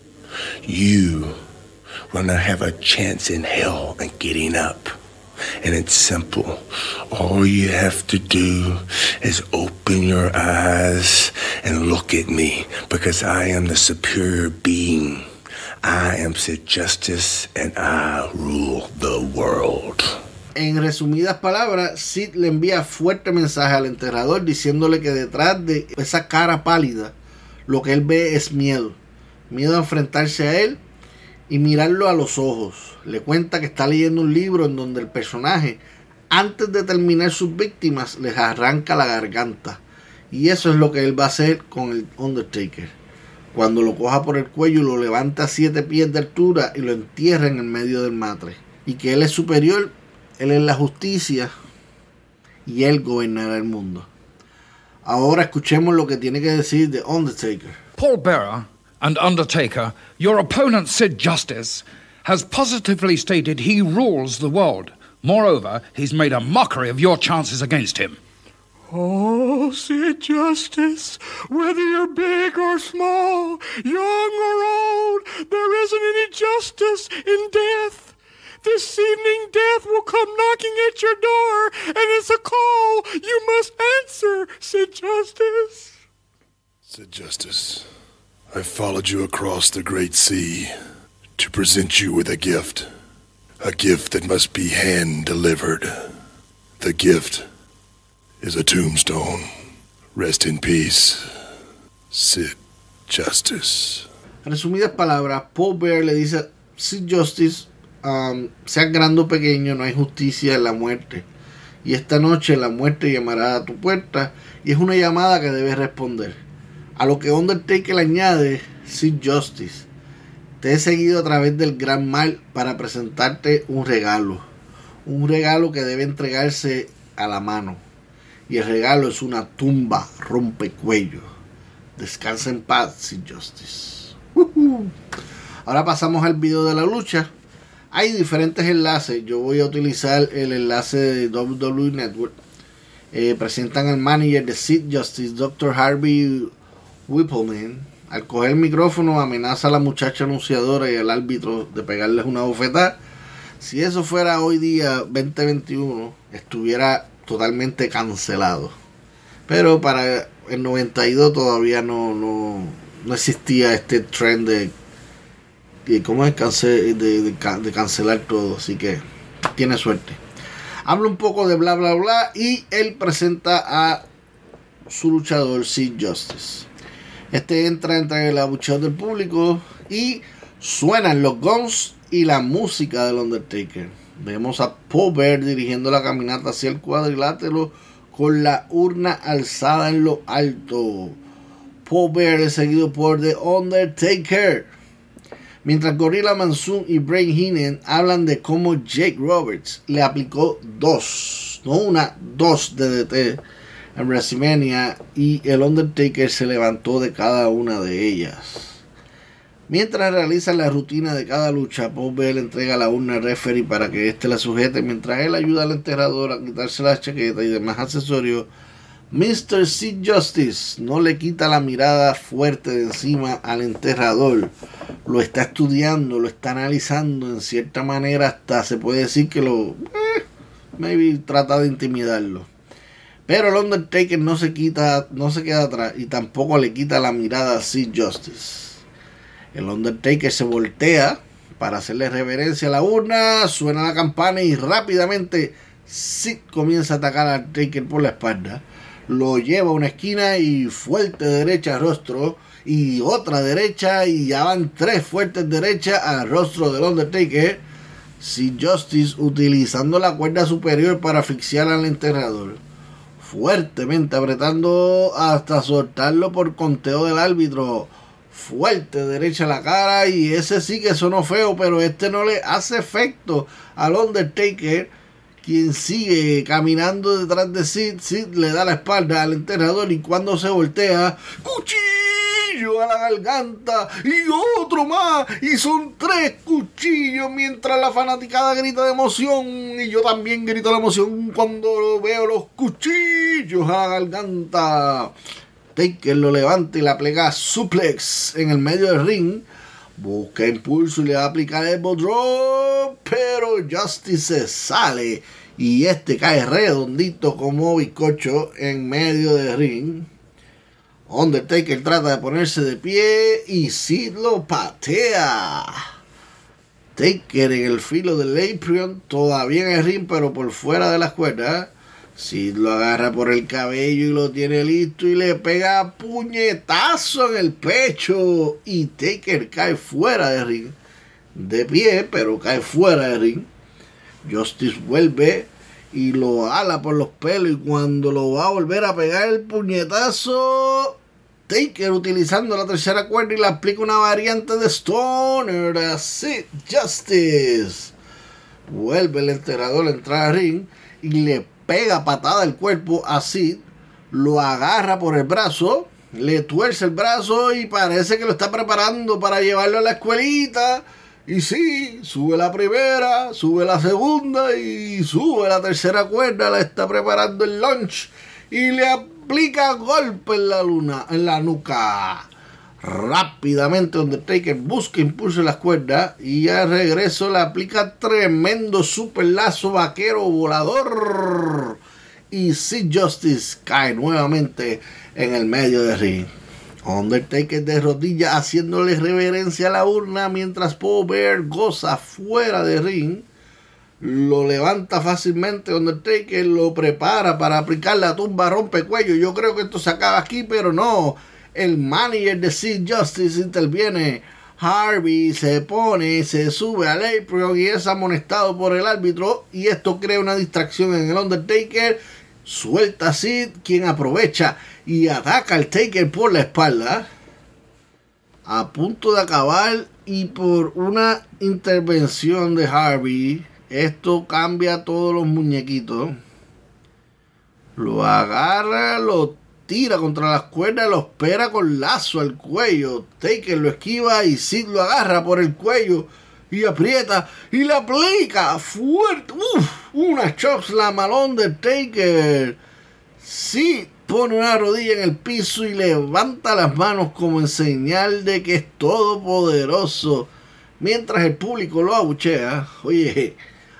you will not have a chance in hell in getting up. And it's simple. All you have to do is open your eyes and look at me, because I am the superior being. I am Sid Justice and I rule the world. En resumidas palabras, Sid le envía fuerte mensaje al enterrador diciéndole que detrás de esa cara pálida lo que él ve es miedo. Miedo a enfrentarse a él y mirarlo a los ojos. Le cuenta que está leyendo un libro en donde el personaje, antes de terminar sus víctimas, les arranca la garganta. Y eso es lo que él va a hacer con el Undertaker. Cuando lo coja por el cuello, lo levanta a siete pies de altura y lo entierra en el medio del matre. Y que él es superior, él es la justicia y él gobernará el mundo. Ahora escuchemos lo que tiene que decir The Undertaker. Paul Bearer and Undertaker, your opponent Sid Justice has positively stated he rules the world. Moreover, he's made a mockery of your chances against him. Oh, Sid Justice, whether you're big or small, young or old, there isn't any justice in death. This evening death will come knocking at your door, and it's a call you must answer, Sid Justice. Sid Justice, I followed you across the great sea to present you with a gift. A gift that must be hand-delivered. The gift is a tombstone. Rest in peace, Sid Justice. En resumidas palabras, Paul Bearer le dice a Sid Justice, um, seas grande o pequeño, no hay justicia en la muerte. Y esta noche la muerte llamará a tu puerta y es una llamada que debes responder. A lo que Undertaker le añade, Sid Justice, te he seguido a través del gran mal para presentarte un regalo. Un regalo que debe entregarse a la mano. Y el regalo es una tumba rompecuello. Descansa en paz, Sid Justice. Uh-huh. Ahora pasamos al video de la lucha. Hay diferentes enlaces. Yo voy a utilizar el enlace de W W E Network. Eh, presentan al manager de Sid Justice, doctor Harvey Whippleman. Al coger el micrófono amenaza a la muchacha anunciadora y al árbitro de pegarles una bofetada. Si eso fuera hoy día, veinte veintiuno, estuviera totalmente cancelado. Pero para el noventa y dos todavía no, no, no existía este trend de, de cómo es cance, de, de, de cancelar todo. Así que tiene suerte. Habla un poco de bla bla bla y él presenta a su luchador Sid Justice. Este entra entre el abucheo del público y suenan los guns y la música del Undertaker. Vemos a Paul Bearer dirigiendo la caminata hacia el cuadrilátero con la urna alzada en lo alto. Paul Bearer es seguido por The Undertaker. Mientras Gorilla Monsoon y Bray Heenan hablan de cómo Jake Roberts le aplicó dos, no una, dos D D T en WrestleMania y el Undertaker se levantó de cada una de ellas. Mientras realizan la rutina de cada lucha, Paul Bearer le entrega la urna al referee para que éste la sujete mientras él ayuda al enterrador a quitarse la chaqueta y demás accesorios. mister Sid Justice no le quita la mirada fuerte de encima al enterrador. Lo está estudiando, lo está analizando en cierta manera, hasta se puede decir que lo... Eh, maybe trata de intimidarlo. Pero el Undertaker no se quita, no se queda atrás y tampoco le quita la mirada a Sid Justice. El Undertaker se voltea para hacerle reverencia a la urna, suena la campana y rápidamente Sid comienza a atacar al Taker por la espalda. Lo lleva a una esquina y fuerte derecha al rostro y otra derecha y ya van tres fuertes derechas al rostro del Undertaker. Sid Justice utilizando la cuerda superior para asfixiar al enterrador, fuertemente apretando hasta soltarlo por conteo del árbitro. Fuerte derecha a la cara y ese sí que sonó feo, pero este no le hace efecto al Undertaker, quien sigue caminando detrás de Sid. Sid le da la espalda al enterrador y cuando se voltea, cuchillo a la garganta y otro más y son tres cuchillos mientras la fanaticada grita de emoción y yo también grito de emoción cuando veo los cuchillos a la garganta. Taker lo levanta y le aplica suplex en el medio del ring. Busca impulso y le va a aplicar el elbow drop, pero Justice se sale y este cae redondito como bizcocho en medio del ring. Undertaker trata de ponerse de pie y Sid lo patea. Taker en el filo del apron, todavía en el ring pero por fuera de las cuerdas. Sid lo agarra por el cabello y lo tiene listo y le pega puñetazo en el pecho y Taker cae fuera del ring, de pie pero cae fuera del ring. Justice vuelve y lo ala por los pelos y cuando lo va a volver a pegar el puñetazo, Taker utilizando la tercera cuerda y le aplica una variante de Stoner a Sid Justice. Vuelve el enterrador a entrar al ring y le pega patada al cuerpo a Sid, lo agarra por el brazo, le tuerce el brazo y parece que lo está preparando para llevarlo a la escuelita. Y sí, sube la primera, sube la segunda y sube la tercera cuerda, la está preparando el lunch y le aplica golpe en la luna, en la nuca. Rápidamente Undertaker busca impulso en las cuerdas y al regreso le aplica tremendo super lazo vaquero volador y Sid Justice cae nuevamente en el medio del ring. Undertaker de rodillas haciéndole reverencia a la urna mientras Paul Bearer goza fuera de ring. Lo levanta fácilmente Undertaker, lo prepara para aplicar la tumba rompecuello. Yo creo que esto se acaba aquí, pero no. El manager de Sid Justice interviene. Harvey se pone, se sube al apron y es amonestado por el árbitro. Y esto crea una distracción en el Undertaker. Suelta a Sid, quien aprovecha y ataca al Taker por la espalda. A punto de acabar y por una intervención de Harvey, esto cambia todos los muñequitos. Lo agarra, lo tira contra las cuerdas, lo espera con lazo al cuello. Taker lo esquiva y Sid lo agarra por el cuello y aprieta y le aplica fuerte. Uf, una chokeslam al Undertaker. Sid pone una rodilla en el piso y levanta las manos como en señal de que es todopoderoso. Mientras el público lo abuchea. Oye,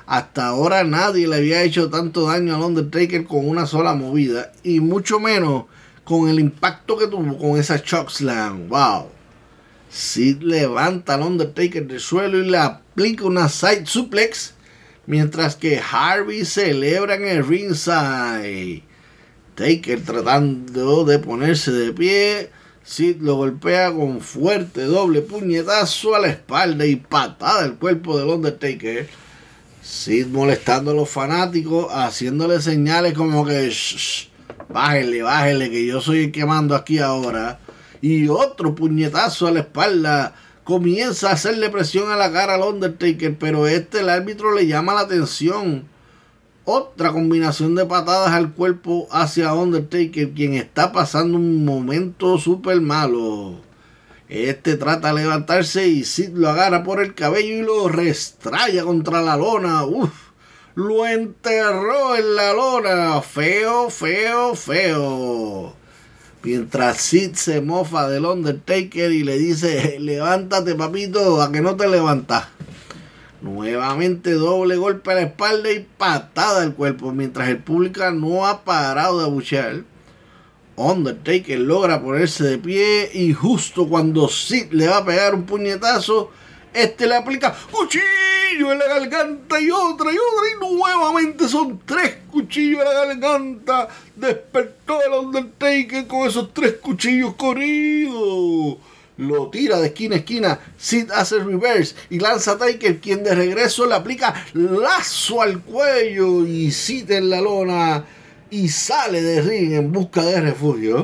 Hasta ahora nadie le había hecho tanto daño al Undertaker con una sola movida, y mucho menos con el impacto que tuvo con esa chokeslam. Wow. Sid levanta al Undertaker del suelo y le aplica una side suplex, mientras que Harvey celebra en el ringside. Taker tratando de ponerse de pie, Sid lo golpea con fuerte doble puñetazo a la espalda y patada al cuerpo del Undertaker. Sid molestando a los fanáticos, haciéndole señales como que shh, shh, bájele, bájele, que yo soy el que mando aquí ahora. Y otro puñetazo a la espalda. Comienza a hacerle presión a la cara al Undertaker, pero este el árbitro le llama la atención. Otra combinación de patadas al cuerpo hacia Undertaker, quien está pasando un momento súper malo. Este trata de levantarse y Sid lo agarra por el cabello y lo restraya contra la lona. Uf, lo enterró en la lona. Feo, feo, feo. Mientras Sid se mofa del Undertaker y le dice, levántate papito, a que no te levantas. Nuevamente doble golpe a la espalda y patada al cuerpo, mientras el público no ha parado de abuchear. Undertaker logra ponerse de pie y justo cuando Sid le va a pegar un puñetazo, este le aplica cuchillo en la garganta y otra y otra y nuevamente son tres cuchillos en la garganta. Despertó el Undertaker con esos tres cuchillos corridos. Lo tira de esquina a esquina. Sid hace reverse y lanza a Taker, quien de regreso le aplica lazo al cuello y Sid en la lona y sale de ring en busca de refugio.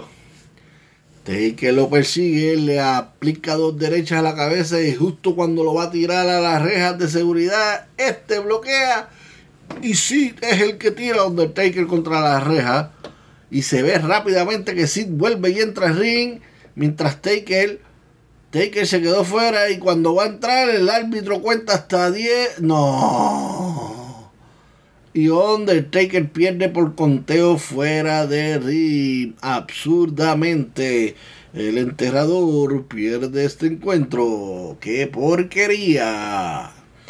Taker lo persigue, le aplica dos derechas a la cabeza y justo cuando lo va a tirar a las rejas de seguridad, este bloquea y Sid es el que tira a Undertaker contra las rejas y se ve rápidamente que Sid vuelve y entra al ring mientras Taker Taker se quedó fuera y cuando va a entrar el árbitro cuenta hasta diez. No. Y Undertaker pierde por conteo fuera de ring. Absurdamente. El enterrador pierde este encuentro. ¡Qué porquería!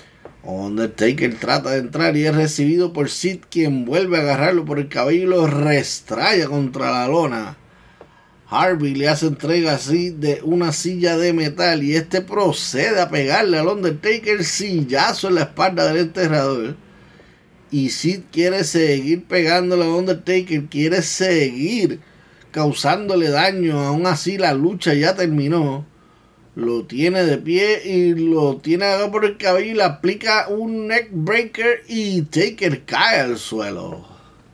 Undertaker trata de entrar y es recibido por Sid, quien vuelve a agarrarlo por el cabello y lo restraya contra la lona. Harvey le hace entrega así de una silla de metal y este procede a pegarle al Undertaker sillazo en la espalda del enterrador. Y Sid quiere seguir pegándole al Undertaker, quiere seguir causándole daño. Aún así la lucha ya terminó. Lo tiene de pie y lo tiene agarrado por el cabello y le aplica un neck breaker y Taker cae al suelo.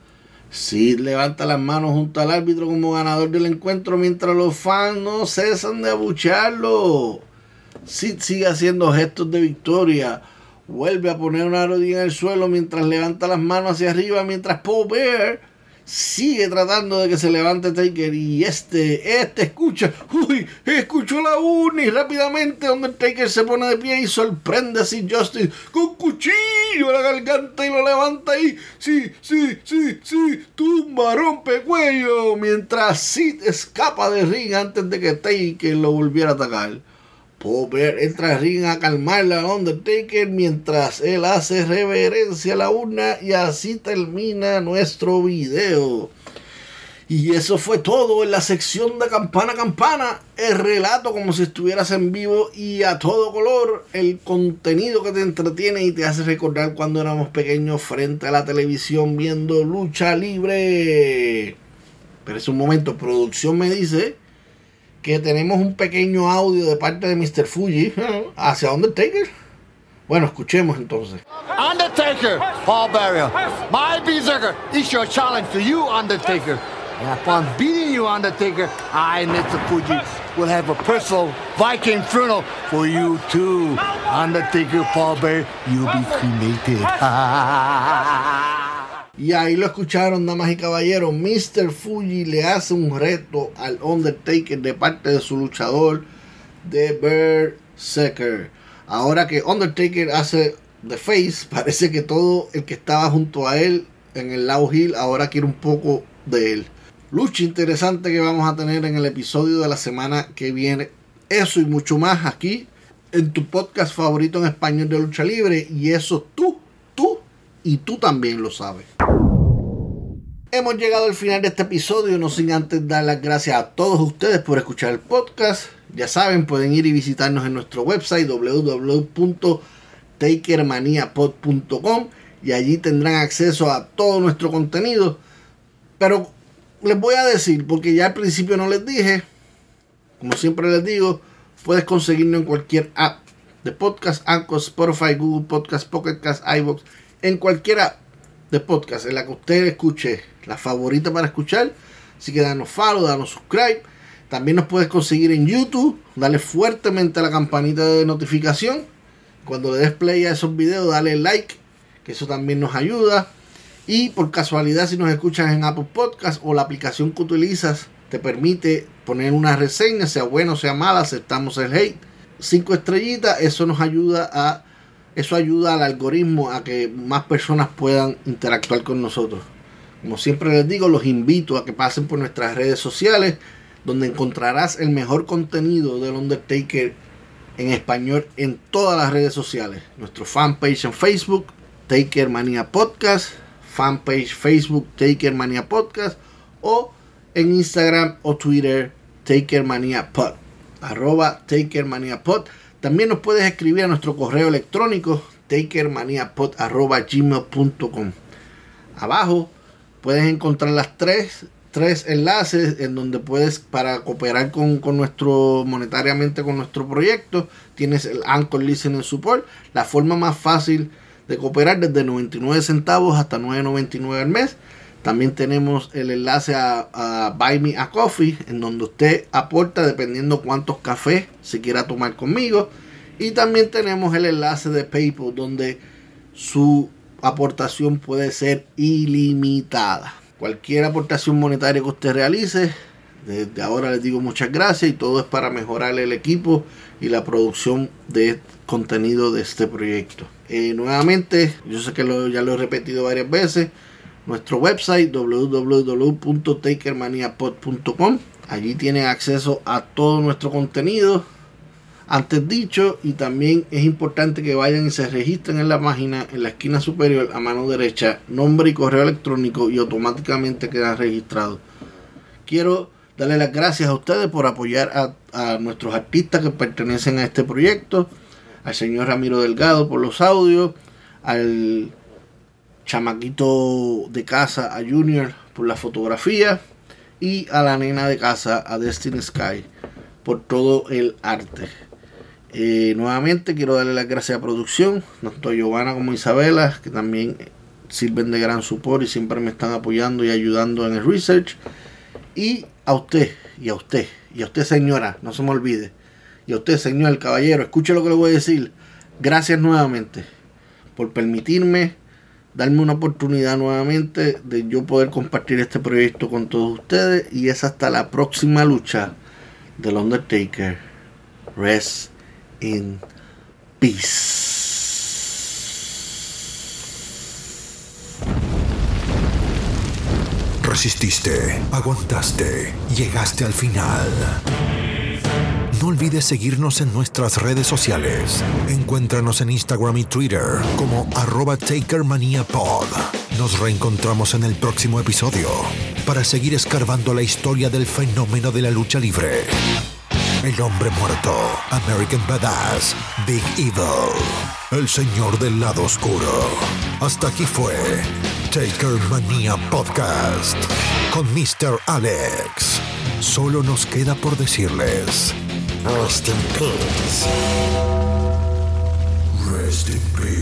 Sid levanta las manos junto al árbitro como ganador del encuentro mientras los fans no cesan de abuchearlo. Sid sigue haciendo gestos de victoria. Vuelve a poner una rodilla en el suelo mientras levanta las manos hacia arriba, mientras Paul Bearer sigue tratando de que se levante Taker y este, este escucha, uy, escuchó la urna y rápidamente Undertaker se pone de pie y sorprende a Sid Justice con cuchillo a la garganta y lo levanta ahí, sí, sí, sí, sí, tumba, rompe cuello, mientras Sid escapa de ring antes de que Taker lo volviera a atacar. Popper entra al ring a calmarle a Undertaker mientras él hace reverencia a la urna y así termina nuestro video. Y eso fue todo en la sección de Campana Campana, el relato como si estuvieras en vivo y a todo color, el contenido que te entretiene y te hace recordar cuando éramos pequeños frente a la televisión viendo lucha libre. Pero es un momento, producción me dice que tenemos un pequeño audio de parte de mister Fuji hacia Undertaker. Bueno, escuchemos entonces. Undertaker, Paul Bearer, my Berserker, is your challenge to you, Undertaker. And upon beating you, Undertaker, I, mister Fuji, will have a personal Viking funeral for you too. Undertaker, Paul Bearer, you'll be cremated. Y ahí lo escucharon, damas y caballeros. mister Fuji le hace un reto al Undertaker de parte de su luchador de Berserker. Ahora que Undertaker hace The Face, parece que todo el que estaba junto a él en el lado heel ahora quiere un poco de él. Lucha interesante que vamos a tener en el episodio de la semana que viene. Eso y mucho más aquí en tu podcast favorito en español de lucha libre. Y eso tú, tú y tú también lo sabes. Hemos llegado al final de este episodio, no sin antes dar las gracias a todos ustedes por escuchar el podcast. Ya saben, pueden ir y visitarnos en nuestro website w w w punto taker mania pod punto com y allí tendrán acceso a todo nuestro contenido. Pero les voy a decir, porque ya al principio no les dije, como siempre les digo, puedes conseguirnos en cualquier app de podcast, Anchor, Spotify, Google Podcast, Pocket Cast, iVoox, en cualquier app de podcast en la que usted escuche, la favorita para escuchar. Así que danos follow, danos subscribe. También nos puedes conseguir en YouTube. Dale fuertemente a la campanita de notificación. Cuando le des play a esos videos, dale like, que eso también nos ayuda. Y por casualidad, si nos escuchas en Apple Podcast o la aplicación que utilizas te permite poner una reseña, sea buena o sea mala, aceptamos el hate. Cinco estrellitas, eso nos ayuda a Eso ayuda al algoritmo a que más personas puedan interactuar con nosotros. Como siempre les digo, los invito a que pasen por nuestras redes sociales, donde encontrarás el mejor contenido del Undertaker en español en todas las redes sociales. Nuestro fanpage en Facebook, Taker Mania Podcast, fanpage Facebook, Taker Mania Podcast, o en Instagram o Twitter, Taker Mania Pod, arroba Taker Mania Pod. También nos puedes escribir a nuestro correo electrónico takermaniapod arroba gmail punto com. Abajo puedes encontrar las tres, tres enlaces en donde puedes, para cooperar con, con nuestro monetariamente con nuestro proyecto. Tienes el Anchor Listening Support, la forma más fácil de cooperar, desde noventa y nueve centavos hasta nueve noventa y nueve al mes. También tenemos el enlace a, a Buy Me a Coffee, en donde usted aporta dependiendo cuántos cafés se quiera tomar conmigo. Y también tenemos el enlace de PayPal, donde su aportación puede ser ilimitada. Cualquier aportación monetaria que usted realice, desde ahora les digo muchas gracias, y todo es para mejorar el equipo y la producción de contenido de este proyecto. Eh, nuevamente, yo sé que lo, ya lo he repetido varias veces, nuestro website w w w punto takermaniapod punto com. Allí tienen acceso a todo nuestro contenido antes dicho, y también es importante que vayan y se registren en la página, en la esquina superior a mano derecha, nombre y correo electrónico, y automáticamente quedan registrados. Quiero darle las gracias a ustedes por apoyar a, a nuestros artistas que pertenecen a este proyecto, al señor Ramiro Delgado por los audios, al chamaquito de casa, a Junior, por la fotografía, y a la nena de casa, a Destiny Sky, por todo el arte. Eh, nuevamente quiero darle las gracias a producción, tanto a Giovanna como a Isabela, que también sirven de gran support y siempre me están apoyando y ayudando en el research. Y a usted, y a usted, y a usted señora, no se me olvide, y a usted señor caballero, escuche lo que le voy a decir. Gracias nuevamente por permitirme darme una oportunidad nuevamente de yo poder compartir este proyecto con todos ustedes, y es hasta la próxima lucha del Undertaker. Rest in peace. Resististe, aguantaste, llegaste al final. No olvides seguirnos en nuestras redes sociales. Encuéntranos en Instagram y Twitter como arroba TakerManiaPod. Nos reencontramos en el próximo episodio para seguir escarbando la historia del fenómeno de la lucha libre. El hombre muerto, American Badass, Big Evil, el señor del lado oscuro. Hasta aquí fue Taker Mania Podcast con mister Alex. Solo nos queda por decirles: Rest in peace. Rest in peace.